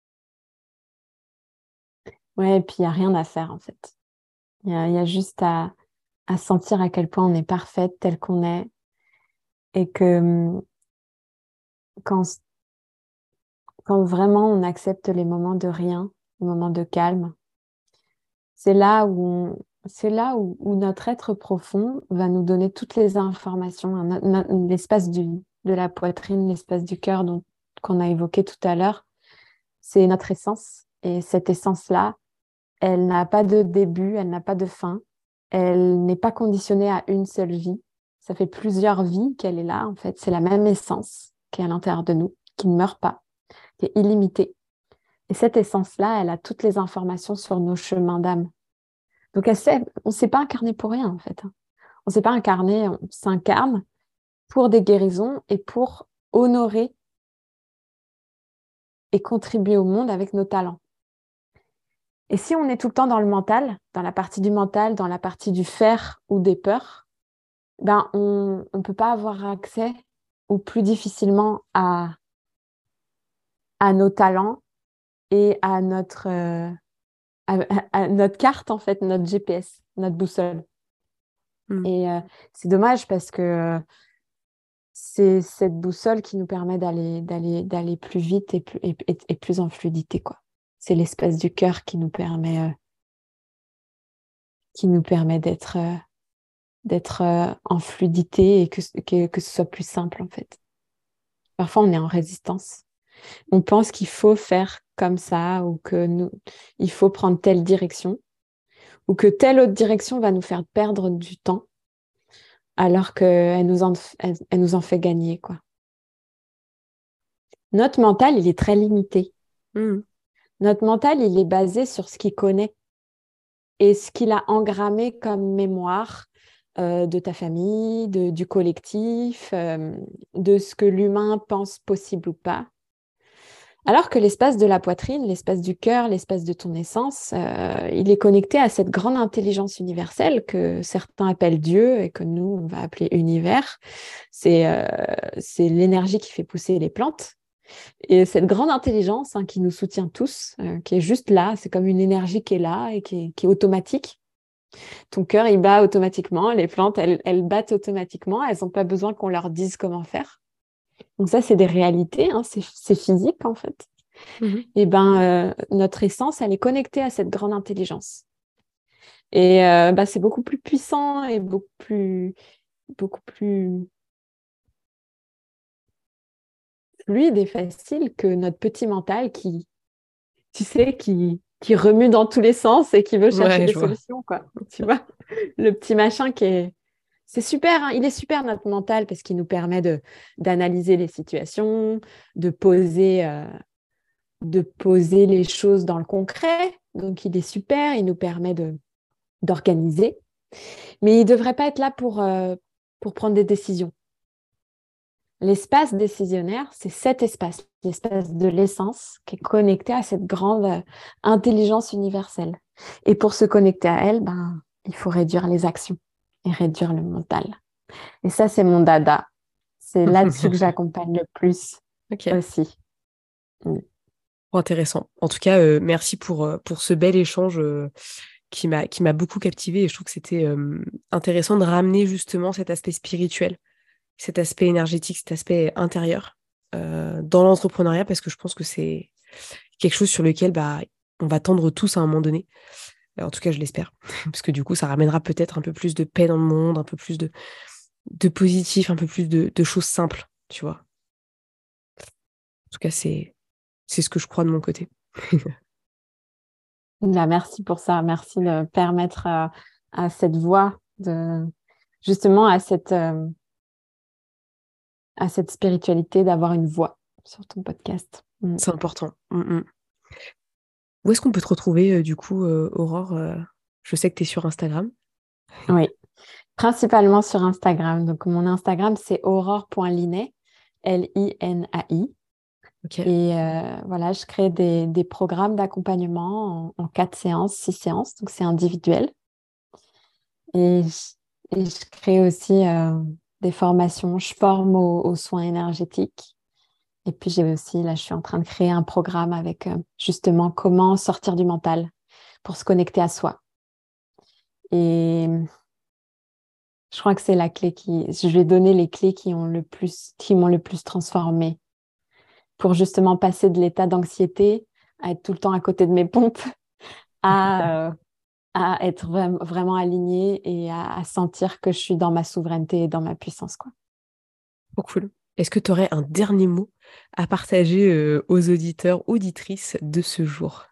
Ouais, et puis il n'y a rien à faire, en fait. Il y a juste à sentir à quel point on est parfaite telle qu'on est et que quand, quand vraiment on accepte les moments de rien, les moments de calme, c'est là où notre être profond va nous donner toutes les informations, l'espace de la poitrine, l'espace du cœur qu'on a évoqué tout à l'heure. C'est notre essence. Et cette essence-là, elle n'a pas de début, elle n'a pas de fin. Elle n'est pas conditionnée à une seule vie. Ça fait plusieurs vies qu'elle est là, en fait. C'est la même essence qui est à l'intérieur de nous, qui ne meurt pas, qui est illimitée. Et cette essence-là, elle a toutes les informations sur nos chemins d'âme. Donc, on ne s'est pas incarné pour rien, en fait. On ne s'est pas incarné, on s'incarne pour des guérisons et pour honorer et contribuer au monde avec nos talents. Et si on est tout le temps dans le mental, dans la partie du mental, dans la partie du faire ou des peurs, ben on ne peut pas avoir accès ou plus difficilement à à nos talents et à à notre carte, en fait, notre GPS, notre boussole. Et c'est dommage parce que c'est cette boussole qui nous permet d'aller plus vite et plus en fluidité, quoi. C'est l'espace du cœur qui nous permet d'être en fluidité et que ce soit plus simple, en fait. Parfois, on est en résistance. On pense qu'il faut faire comme ça ou il faut prendre telle direction ou que telle autre direction va nous faire perdre du temps alors qu'elle elle nous en fait gagner, quoi. Notre mental, il est très limité. Notre mental, il est basé sur ce qu'il connaît et ce qu'il a engrammé comme mémoire de ta famille, du collectif, de ce que l'humain pense possible ou pas. Alors que l'espace de la poitrine, l'espace du cœur, l'espace de ton essence, il est connecté à cette grande intelligence universelle que certains appellent Dieu et que nous, on va appeler univers. C'est l'énergie qui fait pousser les plantes. Et cette grande intelligence qui nous soutient tous, qui est juste là, c'est comme une énergie qui est là et qui est automatique. Ton cœur, il bat automatiquement, les plantes, elles battent automatiquement, elles n'ont pas besoin qu'on leur dise comment faire. Donc ça, c'est des réalités, c'est physique en fait. Et notre essence, elle est connectée à cette grande intelligence. Et c'est beaucoup plus puissant et beaucoup plus fluide et facile que notre petit mental qui remue dans tous les sens et qui veut chercher des solutions, quoi. Tu vois, le petit machin c'est super, hein. Il est super notre mental parce qu'il nous permet d'analyser les situations, de poser les choses dans le concret. Donc, il est super, il nous permet d'organiser. Mais il ne devrait pas être là pour prendre des décisions. L'espace décisionnaire, c'est cet espace, l'espace de l'essence qui est connecté à cette grande intelligence universelle. Et pour se connecter à elle, il faut réduire les actions et réduire le mental. Et ça, c'est mon dada. C'est là-dessus que j'accompagne le plus aussi. Intéressant. En tout cas, merci pour ce bel échange qui m'a beaucoup captivée et je trouve que c'était intéressant de ramener justement cet aspect spirituel, cet aspect énergétique, cet aspect intérieur dans l'entrepreneuriat parce que je pense que c'est quelque chose sur lequel on va tendre tous à un moment donné. En tout cas, je l'espère. Parce que du coup, ça ramènera peut-être un peu plus de paix dans le monde, un peu plus de positif, un peu plus de choses simples, tu vois. En tout cas, c'est ce que je crois de mon côté. Merci pour ça. Merci de permettre à cette voix, justement à cette spiritualité d'avoir une voix sur ton podcast. C'est important. Où est-ce qu'on peut te retrouver, du coup, Aurore je sais que tu es sur Instagram. Oui, principalement sur Instagram. Donc, mon Instagram, c'est aurore.linay, Linai. Okay. Et voilà, je crée des programmes d'accompagnement en 4 séances, 6 séances. Donc, c'est individuel. Et je crée aussi des formations. Je forme aux soins énergétiques. Et puis, j'ai aussi, là, je suis en train de créer un programme avec justement comment sortir du mental pour se connecter à soi. Et je crois que c'est la clé je vais donner les clés qui m'ont le plus transformée pour justement passer de l'état d'anxiété à être tout le temps à côté de mes pompes à être vraiment alignée et à sentir que je suis dans ma souveraineté et dans ma puissance, quoi. Oh, cool. Est-ce que tu aurais un dernier mot à partager aux auditeurs, auditrices de ce jour?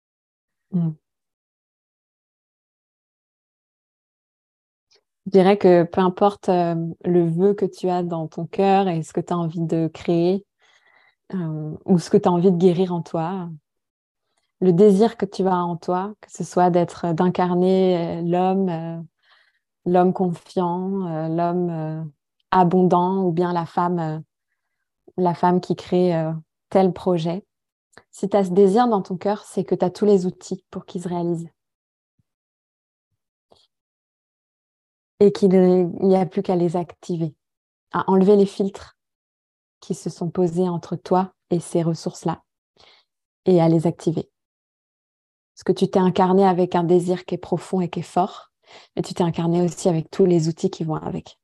Je dirais que peu importe le vœu que tu as dans ton cœur et ce que tu as envie de créer ou ce que tu as envie de guérir en toi, le désir que tu as en toi, que ce soit d'incarner l'homme confiant, l'homme abondant ou bien la femme qui crée tel projet. Si tu as ce désir dans ton cœur, c'est que tu as tous les outils pour qu'il se réalise. Et qu'il n'y a plus qu'à les activer, à enlever les filtres qui se sont posés entre toi et ces ressources-là et à les activer. Parce que tu t'es incarné avec un désir qui est profond et qui est fort, mais tu t'es incarné aussi avec tous les outils qui vont avec.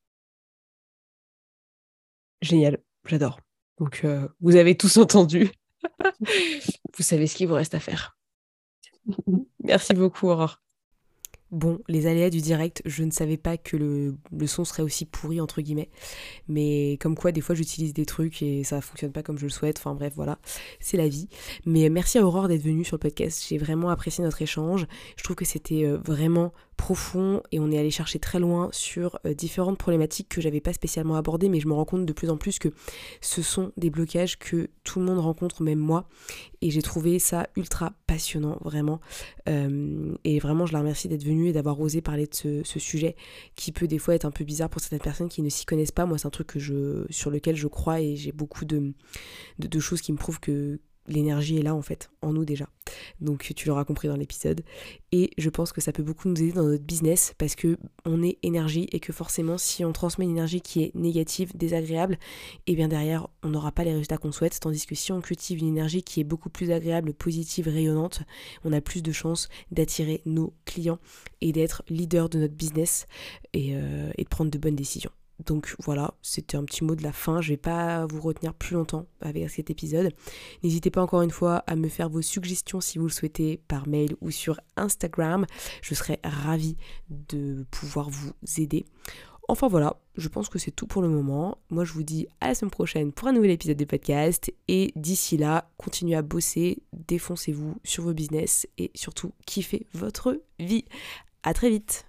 Génial, j'adore. Donc, vous avez tous entendu. Vous savez ce qu'il vous reste à faire. Merci beaucoup, Aurore. Bon, les aléas du direct, je ne savais pas que le son serait aussi pourri, entre guillemets. Mais comme quoi, des fois, j'utilise des trucs et ça fonctionne pas comme je le souhaite. Enfin bref, voilà, c'est la vie. Mais merci à Aurore d'être venue sur le podcast. J'ai vraiment apprécié notre échange. Je trouve que c'était vraiment profond et on est allé chercher très loin sur différentes problématiques que j'avais pas spécialement abordées, mais je me rends compte de plus en plus que ce sont des blocages que tout le monde rencontre, même moi, et j'ai trouvé ça ultra passionnant, vraiment, et vraiment je la remercie d'être venue et d'avoir osé parler de ce sujet qui peut des fois être un peu bizarre pour certaines personnes qui ne s'y connaissent pas. Moi, c'est un truc sur lequel je crois et j'ai beaucoup de choses qui me prouvent que l'énergie est là en fait, en nous déjà. Donc tu l'auras compris dans l'épisode. Et je pense que ça peut beaucoup nous aider dans notre business parce que on est énergie et que forcément si on transmet une énergie qui est négative, désagréable, et bien derrière on n'aura pas les résultats qu'on souhaite. Tandis que si on cultive une énergie qui est beaucoup plus agréable, positive, rayonnante, on a plus de chances d'attirer nos clients et d'être leader de notre business et de prendre de bonnes décisions. Donc voilà, c'était un petit mot de la fin, je vais pas vous retenir plus longtemps avec cet épisode. N'hésitez pas encore une fois à me faire vos suggestions si vous le souhaitez par mail ou sur Instagram. Je serais ravie de pouvoir vous aider. Enfin voilà, je pense que c'est tout pour le moment. Moi je vous dis à la semaine prochaine pour un nouvel épisode de podcast. Et d'ici là, continuez à bosser, défoncez-vous sur vos business et surtout kiffez votre vie. À très vite.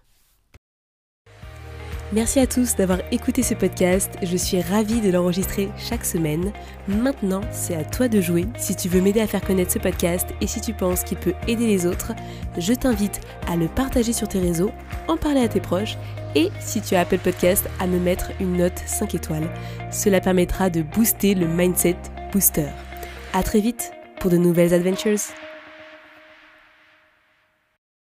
Merci à tous d'avoir écouté ce podcast, je suis ravie de l'enregistrer chaque semaine. Maintenant, c'est à toi de jouer. Si tu veux m'aider à faire connaître ce podcast et si tu penses qu'il peut aider les autres, je t'invite à le partager sur tes réseaux, en parler à tes proches et si tu as Apple Podcast, à me mettre une note 5 étoiles. Cela permettra de booster le Mindset Booster. À très vite pour de nouvelles adventures.